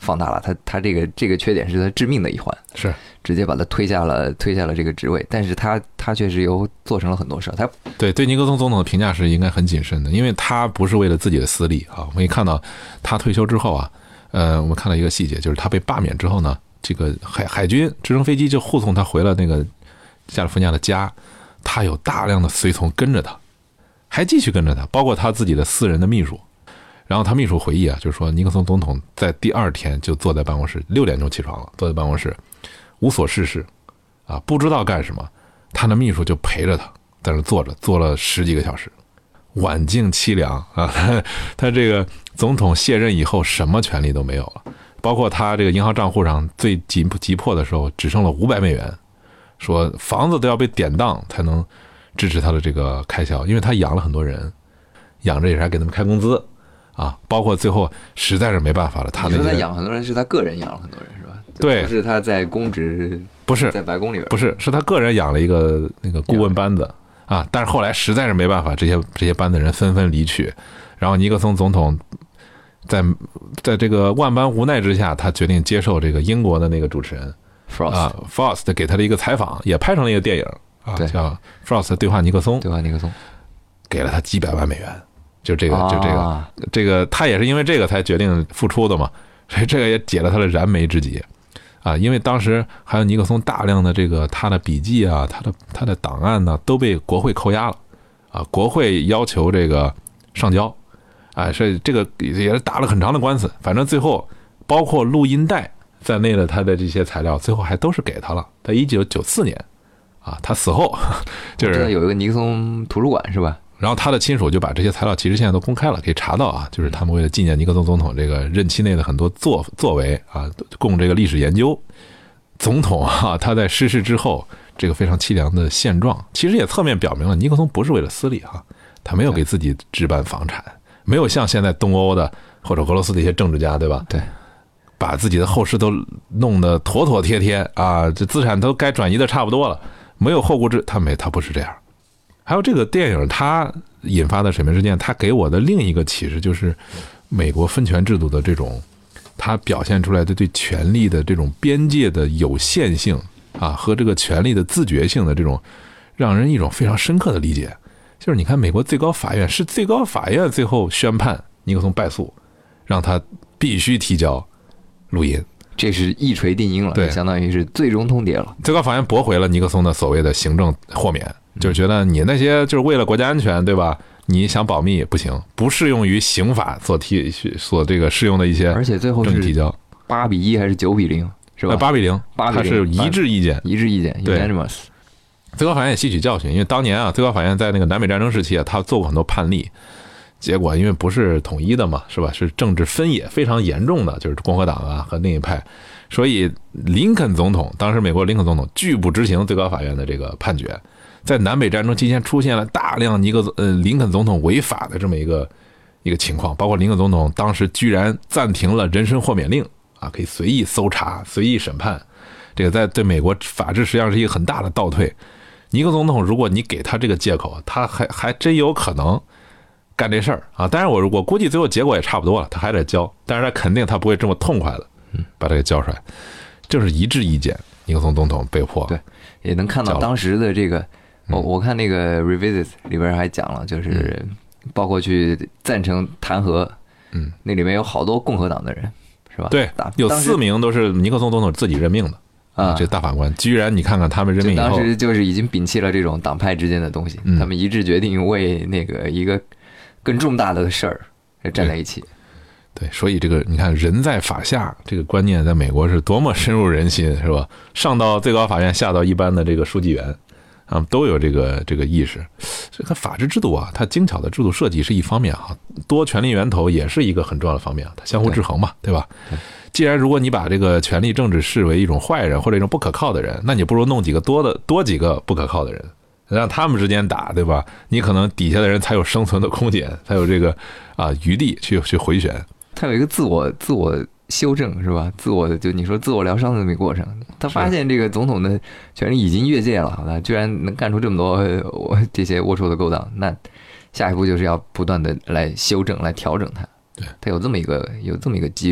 放大了他这个缺点是他致命的一环， 是直接把他推下了这个职位。但是他确实又做成了很多事。他对尼克松总统的评价是应该很谨慎的，因为他不是为了自己的私利啊。我们可以看到他退休之后啊，我们看到一个细节，就是他被罢免之后呢，这个海军直升飞机就护送他回了那个加利福尼亚的家，他有大量的随从跟着他，还继续跟着他，包括他自己的私人的秘书。然后他秘书回忆啊，就是说尼克松总统在第二天就坐在办公室，6点钟起床了，坐在办公室无所事事啊，不知道干什么，他的秘书就陪着他在那坐着，坐了10几个小时，晚境凄凉啊。他这个总统卸任以后什么权利都没有了，包括他这个银行账户上最急迫的时候只剩了500美元，说房子都要被典当才能支持他的这个开销，因为他养了很多人，养着也是还给他们开工资啊，包括最后实在是没办法了，他说他养很多人是他个人养了很多人是吧？ 对， 不是他在公职， 不是在白宫里边， 不是他个人养了一个那个顾问班子啊，但是后来实在是没办法，这些班的人纷纷离去，然后尼克松总统在这个万般无奈之下，他决定接受这个英国的那个主持人 Frost 给他的一个采访，也拍成了一个电影啊，叫 Frost 对话尼克松，给了他几百万美元。就这个，他也是因为这个才决定复出的嘛，所以这个也解了他的燃眉之急啊。因为当时还有尼克松大量的这个他的笔记啊，他的档案呢都被国会扣押了啊，国会要求这个上交啊，所以这个也是打了很长的官司。反正最后包括录音带在内的他的这些材料，最后还都是给他了。在1994年啊，他死后就是有一个尼克松图书馆是吧？ 然后他的亲属就把这些材料其实现在都公开了，可以查到啊，就是他们为了纪念尼克松总统这个任期内的很多作为啊，供这个历史研究。总统啊，他在逝世之后这个非常凄凉的现状，其实也侧面表明了尼克松不是为了私利哈，他没有给自己置办房产，没有像现在东欧的或者俄罗斯的一些政治家，对吧？ 对， 把自己的后事都弄得妥妥帖帖啊，这资产都该转移的差不多了，没有后顾之，他不是这样。还有这个电影它引发的水门事件，它给我的另一个启示就是美国分权制度的这种它表现出来的对权力的这种边界的有限性啊，和这个权力的自觉性的这种让人一种非常深刻的理解。就是你看美国最高法院是最高法院最后宣判尼克松败诉，让他必须提交录音， 这是一锤定音了，对，相当于是最终通牒了。 最高法院驳回了尼克松的所谓的行政豁免，就是觉得你那些就是为了国家安全，对吧？你想保密不行，不适用于刑法所这个适用的一些， 而且最后是提交 8-1还是9-0，是吧 ？8-0，它是一致意见 ，unanimous。 最高法院也吸取教训，因为当年啊，最高法院在那个南北战争时期啊，他做过很多判例，结果因为不是统一的嘛，是吧？是政治分野非常严重的，就是共和党啊和另一派，所以林肯总统当时美国林肯总统拒不执行最高法院的这个判决。在南北战争期间出现了大量林肯总统违法的这么一个情况，包括林肯总统当时居然暂停了人身豁免令啊，可以随意搜查、随意审判，这个在对美国法治实际上是一个很大的倒退。尼克总统如果你给他这个借口，他还真有可能干这事儿啊。当然我估计最后结果也差不多了，他还得交，但是他肯定他不会这么痛快的把这个交出来，就是一致意见。尼克松总统被迫对，也能看到当时的这个。我看那个 Revisit 里边还讲了，就是包括去赞成弹劾，那里面有好多共和党的人，是吧？ 对，有4名都是尼克松总统自己任命的啊，这大法官居然你看看他们任命以后， 当时就是已经摒弃了这种党派之间的东西，他们一致决定为那个一个更重大的事儿站在一起。 对，所以这个你看人在法下这个观念在美国是多么深入人心，是吧？上到最高法院，下到一般的这个书记员。都有这个意识。这个法治制度啊，它精巧的制度设计是一方面啊，多权力源头也是一个很重要的方面啊，它相互制衡嘛，对吧？既然如果你把这个权力政治视为一种坏人或者一种不可靠的人，那你不如弄多几个不可靠的人，让他们之间打，对吧？你可能底下的人才有生存的空间，才有这个余地去回旋。 他有一个自我修正是吧？就你说自我疗伤的这么一个过程，他发现这个总统的权力已经越界了，他居然能干出这么多这些龌龊的勾当，那下一步就是要不断的来修正、来调整它。 对， 他有这么一个机制，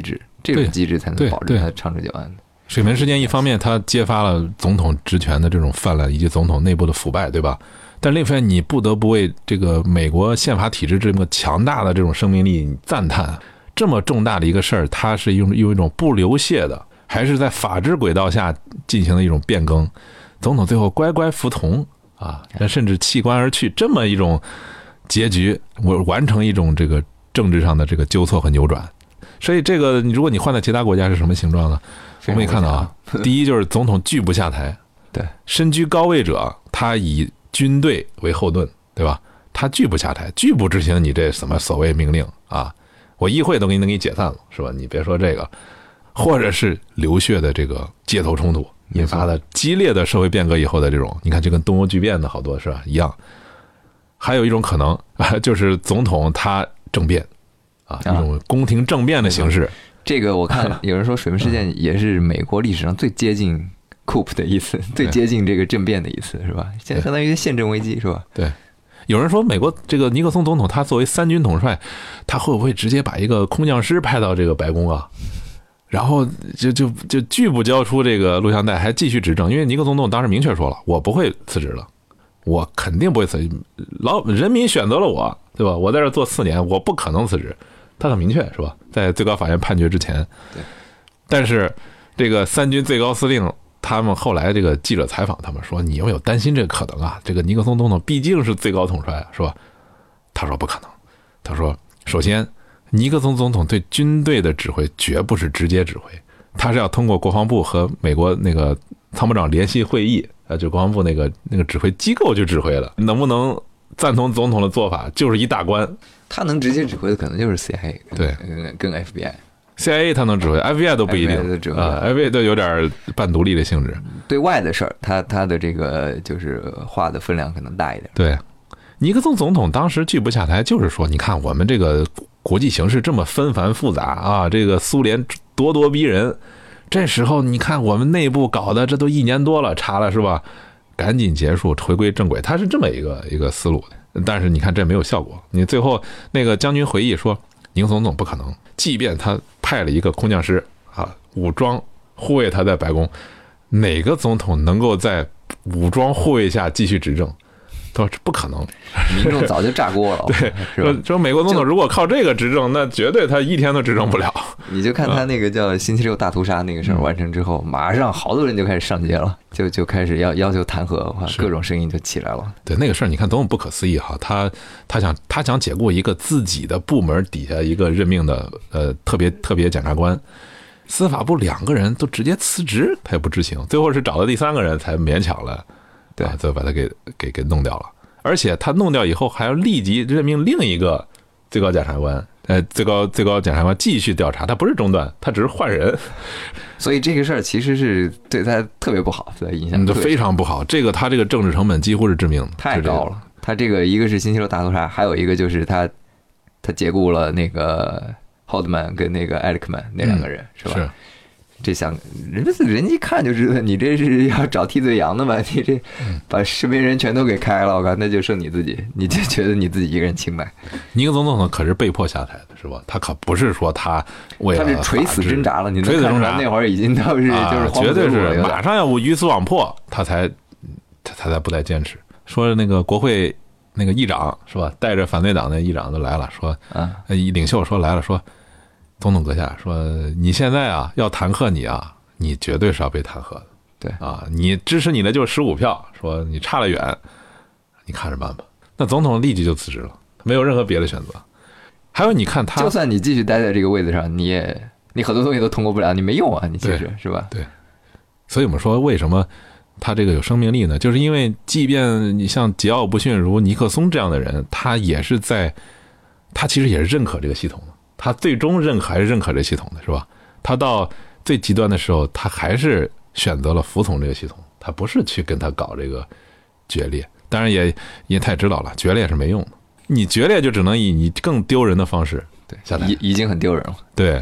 这种机制才能保证它长治久安。 水门事件一方面它揭发了总统职权的这种泛滥以及总统内部的腐败，对吧？但另一方面你不得不为这个美国宪法体制这么强大的这种生命力赞叹。这么重大的一个事儿，它是用一种不流血的，还是在法治轨道下进行的一种变更，总统最后乖乖服从啊，甚至弃官而去，这么一种结局，我完成一种这个政治上的这个纠错和扭转。所以这个如果你换在其他国家是什么形状呢？我们可以看到啊，第一就是总统拒不下台， 对， 身居高位者他以军队为后盾，对吧？他拒不下台，拒不执行你这什么所谓命令啊，我议会都能给你解散了，是吧？你别说这个，或者是流血的这个街头冲突引发的激烈的社会变革以后的这种，你看这跟东欧剧变的好多是吧一样。还有一种可能就是总统他政变啊，一种宫廷政变的形式。 这个我看有人说水门事件也是美国历史上最接近 coup 的一次，最接近这个政变的一次，是吧？现在相当于宪政危机，是吧？ 对。有人说美国这个尼克松总统他作为三军统帅，他会不会直接把一个空降师派到这个白宫啊？然后就拒不交出这个录像带，还继续执政？因为尼克松总统当时明确说了，我不会辞职了，我肯定不会辞职，人民选择了我，对吧？我在这做4年，我不可能辞职。他很明确，是吧？在最高法院判决之前。 对。 但是这个三军最高司令他们后来这个记者采访他们说，你有没有担心这个可能啊？这个尼克松总统毕竟是最高统帅，是吧？他说不可能。他说，首先尼克松总统对军队的指挥绝不是直接指挥，他是要通过国防部和美国那个参谋长联席会议就国防部那个指挥机构去指挥的。能不能赞同总统的做法就是一大关。 他能直接指挥的可能就是 CIA， 对， 跟 FBI。CIA 他能指挥 ，FBI 都不一定啊 ，FBI 都有点半独立的性质。 对外的事儿，他的这个就是话的分量可能大一点。 对，尼克松总统当时拒不下台，就是说，你看我们这个国际形势这么纷繁复杂啊，这个苏联咄咄逼人，这时候你看我们内部搞的这都1年多了，查了是吧？赶紧结束，回归正轨，他是这么一个思路的。但是你看这没有效果，你最后那个将军回忆说，尼克松总统不可能，即便他派了一个空降师武装护卫他在白宫，哪个总统能够在武装护卫下继续执政？他说这不可能， 民众早就炸锅了。 对，说美国总统如果靠这个执政，那绝对他1天都执政不了。 你就看他那个叫星期六大屠杀那个事儿完成之后，马上好多人就开始上街了，就开始要求弹劾的话，各种声音就起来了。 对那个事儿，你看多么不可思议哈！他想解雇一个自己的部门底下一个任命的特别检察官，司法部2个人都直接辞职，他也不执行，最后是找到第3个人才勉强了。对，最后把他给弄掉了，而且他弄掉以后还要立即任命另一个最高检察官，最高检察官继续调查，他不是中断，他只是换人， 所以这个事儿其实是对他特别不好，对影响非常不好。他这个政治成本几乎是致命的， 太高了。他这个一个是星期六大屠杀，还有一个就是他解雇了那个 Haldeman 跟那个 Ehrlichman 那2个人，是吧？是。这人一看就知道你这是要找替罪羊的吧？你这把身边人全都给开了，我靠，那就剩你自己，你就觉得你自己一个人清白。 尼克松总统可是被迫下台的，是吧？他可不是说他为了他是垂死挣扎了，你垂死挣扎那会儿已经都是就是绝对是马上要鱼死网破，他才不再坚持。说那个国会那个议长是吧？带着反对党的议长都来了，说领袖说来了说。总统阁下说：“你现在要弹劾你你绝对是要被弹劾的。 对你支持你的就15票，说你差了远，你看着办吧。”那总统立即就辞职了，没有任何别的选择。还有你看他， 就算你继续待在这个位子上，你很多东西都通过不了，你没用你其实是吧？ 对。所以我们说，为什么他这个有生命力呢？就是因为，即便你像桀骜不驯如尼克松这样的人，他其实也是认可这个系统的。他最终还是认可这系统的，是吧？他到最极端的时候，他还是选择了服从这个系统，他不是去跟他搞这个决裂。当然也太知道了，决裂是没用的。你决裂就只能以你更丢人的方式下台， 已经很丢人了。 对，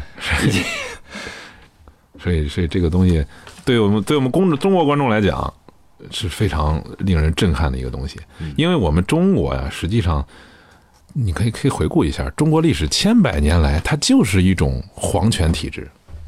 所以这个东西对我们中国观众来讲是非常令人震撼的一个东西，因为我们中国实际上。你可以回顾一下中国历史千百年来，它就是一种皇权体制，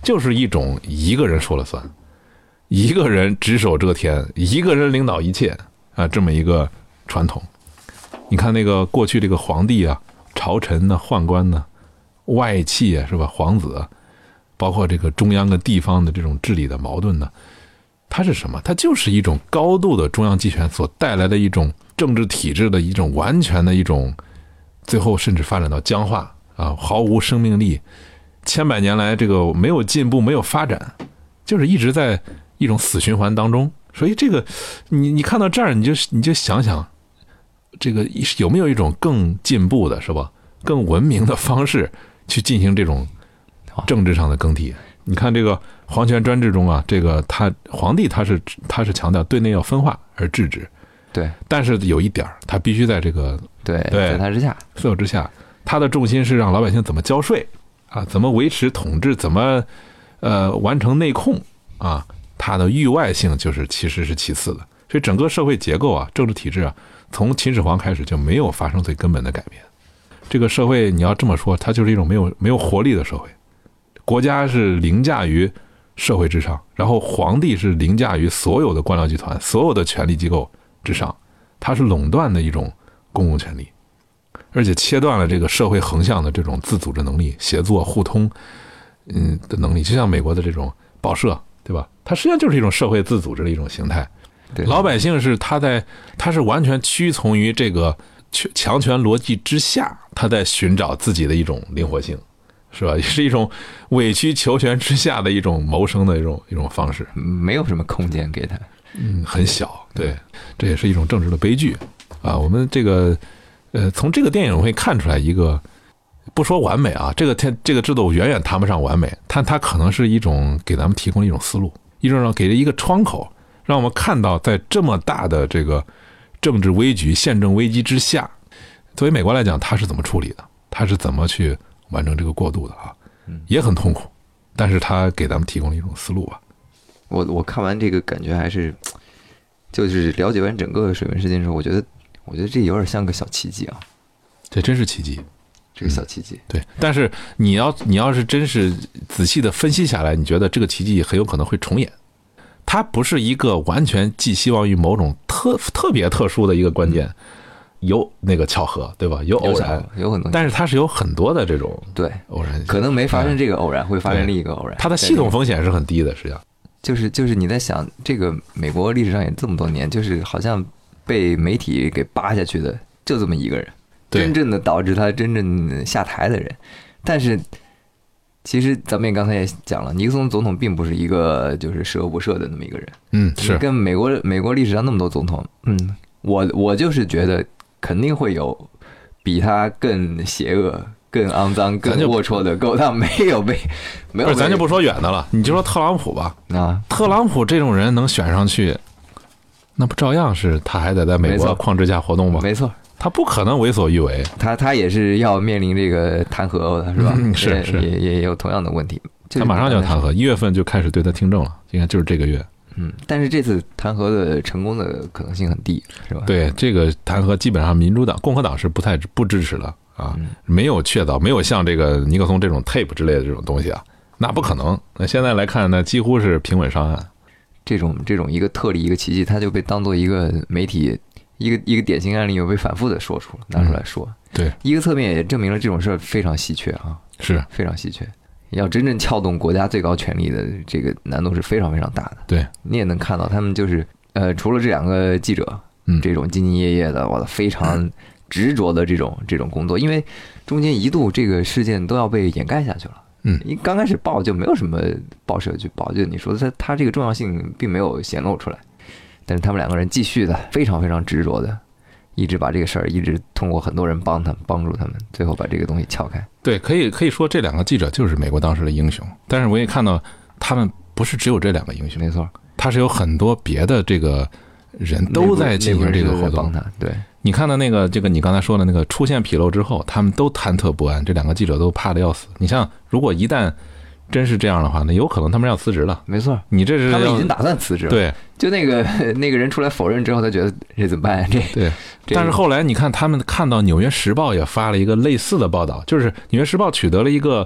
就是一种一个人说了算，一个人只手遮天，一个人领导一切啊，这么一个传统。你看那个过去这个皇帝啊、朝臣呢、宦官呢、外戚啊，是吧？皇子啊，包括这个中央跟地方的这种治理的矛盾呢，它是什么？它就是一种高度的中央集权所带来的一种政治体制的一种完全的一种，最后甚至发展到僵化啊，毫无生命力，千百年来这个没有进步，没有发展，就是一直在一种死循环当中。所以这个你看到这儿，你就想想，这个有没有一种更进步的，是吧？更文明的方式去进行这种政治上的更替？你看这个皇权专制中啊，这个皇帝他是强调对内要分化而治之， 对， 但是有一点他必须在这个在他之下， 所有之下，他的重心是让老百姓怎么交税啊，怎么维持统治，怎么完成内控啊，他的域外性其实是其次的。所以整个社会结构啊，政治体制啊，从秦始皇开始就没有发生最根本的改变。这个社会你要这么说，它就是一种没有活力的社会。国家是凌驾于社会之上，然后皇帝是凌驾于所有的官僚集团、所有的权力机构之上，它是垄断的一种公共权力，而且切断了这个社会横向的这种自组织能力、协作互通的能力。就像美国的这种报社，对吧？它实际上就是一种社会自组织的一种形态。老百姓是他是完全屈从于这个强权逻辑之下，他在寻找自己的一种灵活性，是吧？也是一种委曲求全之下的一种谋生的一种方式， 没有什么空间给他， 很小。对，这也是一种政治的悲剧啊。我们这个从这个电影会看出来一个，不说完美啊，这个制度远远谈不上完美，它可能是一种给咱们提供了一种思路，一种给了一个窗口，让我们看到在这么大的这个政治危局、宪政危机之下，作为美国来讲，他是怎么处理的，他是怎么去完成这个过渡的啊？也很痛苦，但是他给咱们提供了一种思路吧。 我看完这个感觉还是，就是了解完整个水文事件之后，我觉得这有点像个小奇迹啊。 这真是奇迹， 这个小奇迹。 对，但是你要是真是仔细的分析下来，你觉得这个奇迹很有可能会重演。它不是一个完全寄希望于某种特别特殊的一个关键，有那个巧合，对吧？有偶然， 有很多， 但是它是有很多的这种偶然性， 可能没发生这个偶然，会发生另一个偶然。 它的系统风险是很低的，实际上。 就是你在想，这个美国历史上也这么多年，就是好像被媒体给扒下去的，就这么一个人，真正的导致他真正下台的人，但是。其实咱们也刚才也讲了，尼克松总统并不是一个就是十恶不赦的那么一个人。 是跟美国历史上那么多总统，我就是觉得肯定会有比他更邪恶、更肮脏、更龌龊的勾当，没有。 咱就不说远的了，你就说特朗普吧。特朗普这种人能选上去，那不照样是他还得在美国框之下活动吗？ 没错。 他不可能为所欲为， 他也是要面临这个弹劾的，是吧？ 是也有同样的问题。 他马上就要弹劾，1月份就开始对他听证了，应该就是这个月。 但是这次弹劾的成功的可能性很低，是吧？ 对，这个弹劾基本上民主党、共和党是不支持的啊，没有确凿，没有像这个尼克松这种 tape 之类的这种东西啊，那不可能。那现在来看呢，几乎是平稳上岸。 这种一个特例、一个奇迹，它就被当做一个媒体。一个典型案例又被反复的拿出来说， 对， 一个侧面也证明了这种事儿非常稀缺啊， 是非常稀缺。要真正撬动国家最高权力的这个难度是非常非常大的。 对， 你也能看到他们就是除了这两个记者，这种兢兢业业的，非常执着的这种工作，因为中间一度这个事件都要被掩盖下去了。你刚开始报就没有什么报社去报，就你说他这个重要性并没有显露出来。但是他们两个人继续的非常非常执着的，一直把这个事儿一直通过很多人帮助他们，最后把这个东西撬开。 对，可以说这两个记者就是美国当时的英雄。但是我也看到他们不是只有这两个英雄， 没错， 他是有很多别的这个人都在进行这个活动。 对， 你看到这个你刚才说的那个出现纰漏之后，他们都忐忑不安，这两个记者都怕得要死。你像如果一旦真是这样的话，那有可能他们要辞职了。 没错， 你这是他们已经打算辞职了。 对， 就那个人出来否认之后，他觉得这怎么办？ 对。但是后来你看，他们看到《纽约时报》也发了一个类似的报道，就是《纽约时报》取得了一个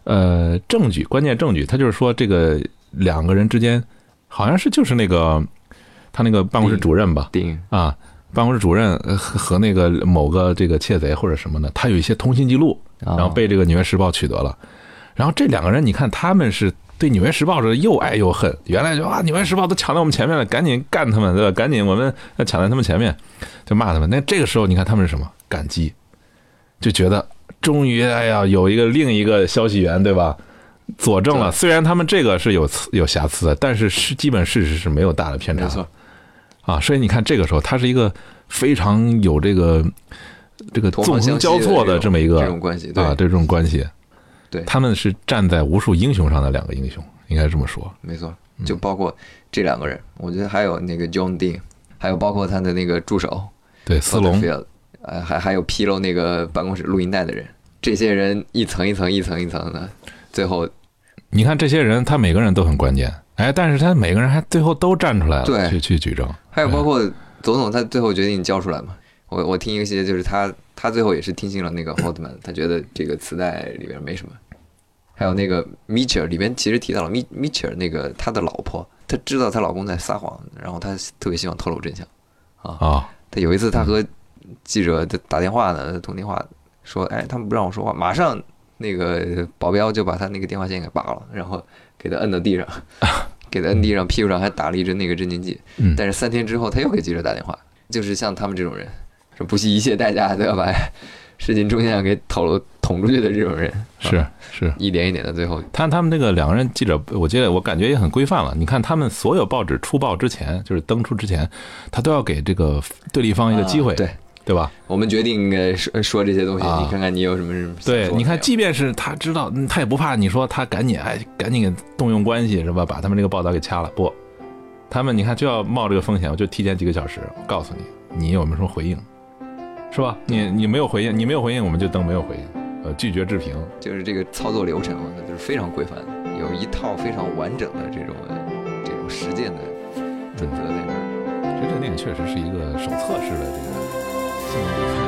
证据，关键证据，他就是说这个两个人之间好像是就是那个他那个办公室主任吧，啊，办公室主任和那个某个这个窃贼或者什么的，他有一些通信记录，然后被这个《纽约时报》取得了。然后这两个人，你看他们是对《纽约时报》是又爱又恨。原来就《纽约时报》都抢在我们前面了，赶紧干他们，对吧？赶紧我们抢在他们前面，就骂他们。那这个时候，你看他们是什么？感激，就觉得终于哎呀有一个另一个消息源，对吧？佐证了，虽然他们这个是有瑕疵的，但是基本事实是没有大的偏差。 没错。 啊，所以你看这个时候，他是一个非常有这个纵横交错的这么一个这种关系啊， 这种关系。 对， 他们是站在无数英雄上的两个英雄，应该这么说。 没错，就包括这两个人，我觉得还有那个 John Dean， 还有包括他的那个助手， 对，斯隆， 还有披露那个办公室录音带的人，这些人一层一层的，最后你看这些人，他每个人都很关键，哎，但是他每个人还最后都站出来了， 对， 去举证。 还有包括总统，他最后决定交出来嘛。我听一个细节，就是他最后也是听信了那个 Haldeman， 他觉得这个磁带里边没什么。还有那个 Mitchell 里边其实提到了 Mitchell 那个他的老婆，她知道她老公在撒谎，然后她特别希望透露真相啊。他有一次他和记者打电话呢，通电话说，哎，他们不让我说话，马上那个保镖就把他那个电话线给拔了，然后给他摁到地上，屁股上还打了一针那个镇静剂。但是3天之后他又给记者打电话，就是像他们这种人，是不惜一切代价都要把事情真相给捅出去的这种人， 是一点一点的，最后他们那个两个人记者，我感觉也很规范了。你看他们所有报纸出报之前，就是登出之前，他都要给这个对立方一个机会，对吧？ 我们决定说这些东西，你看看你有什么对，你看，即便是他知道，他也不怕你说他赶紧给动用关系是吧，把他们这个报道给掐了。不，他们你看就要冒这个风险，我就提前几个小时告诉你有没有什么回应。是吧？你没有回应，我们就登没有回应，拒绝置评。 就是这个操作流程，就是非常规范的，有一套非常完整的这种实践的准则在这儿。 其实这个电影确实是一个手册式的这个新闻规范。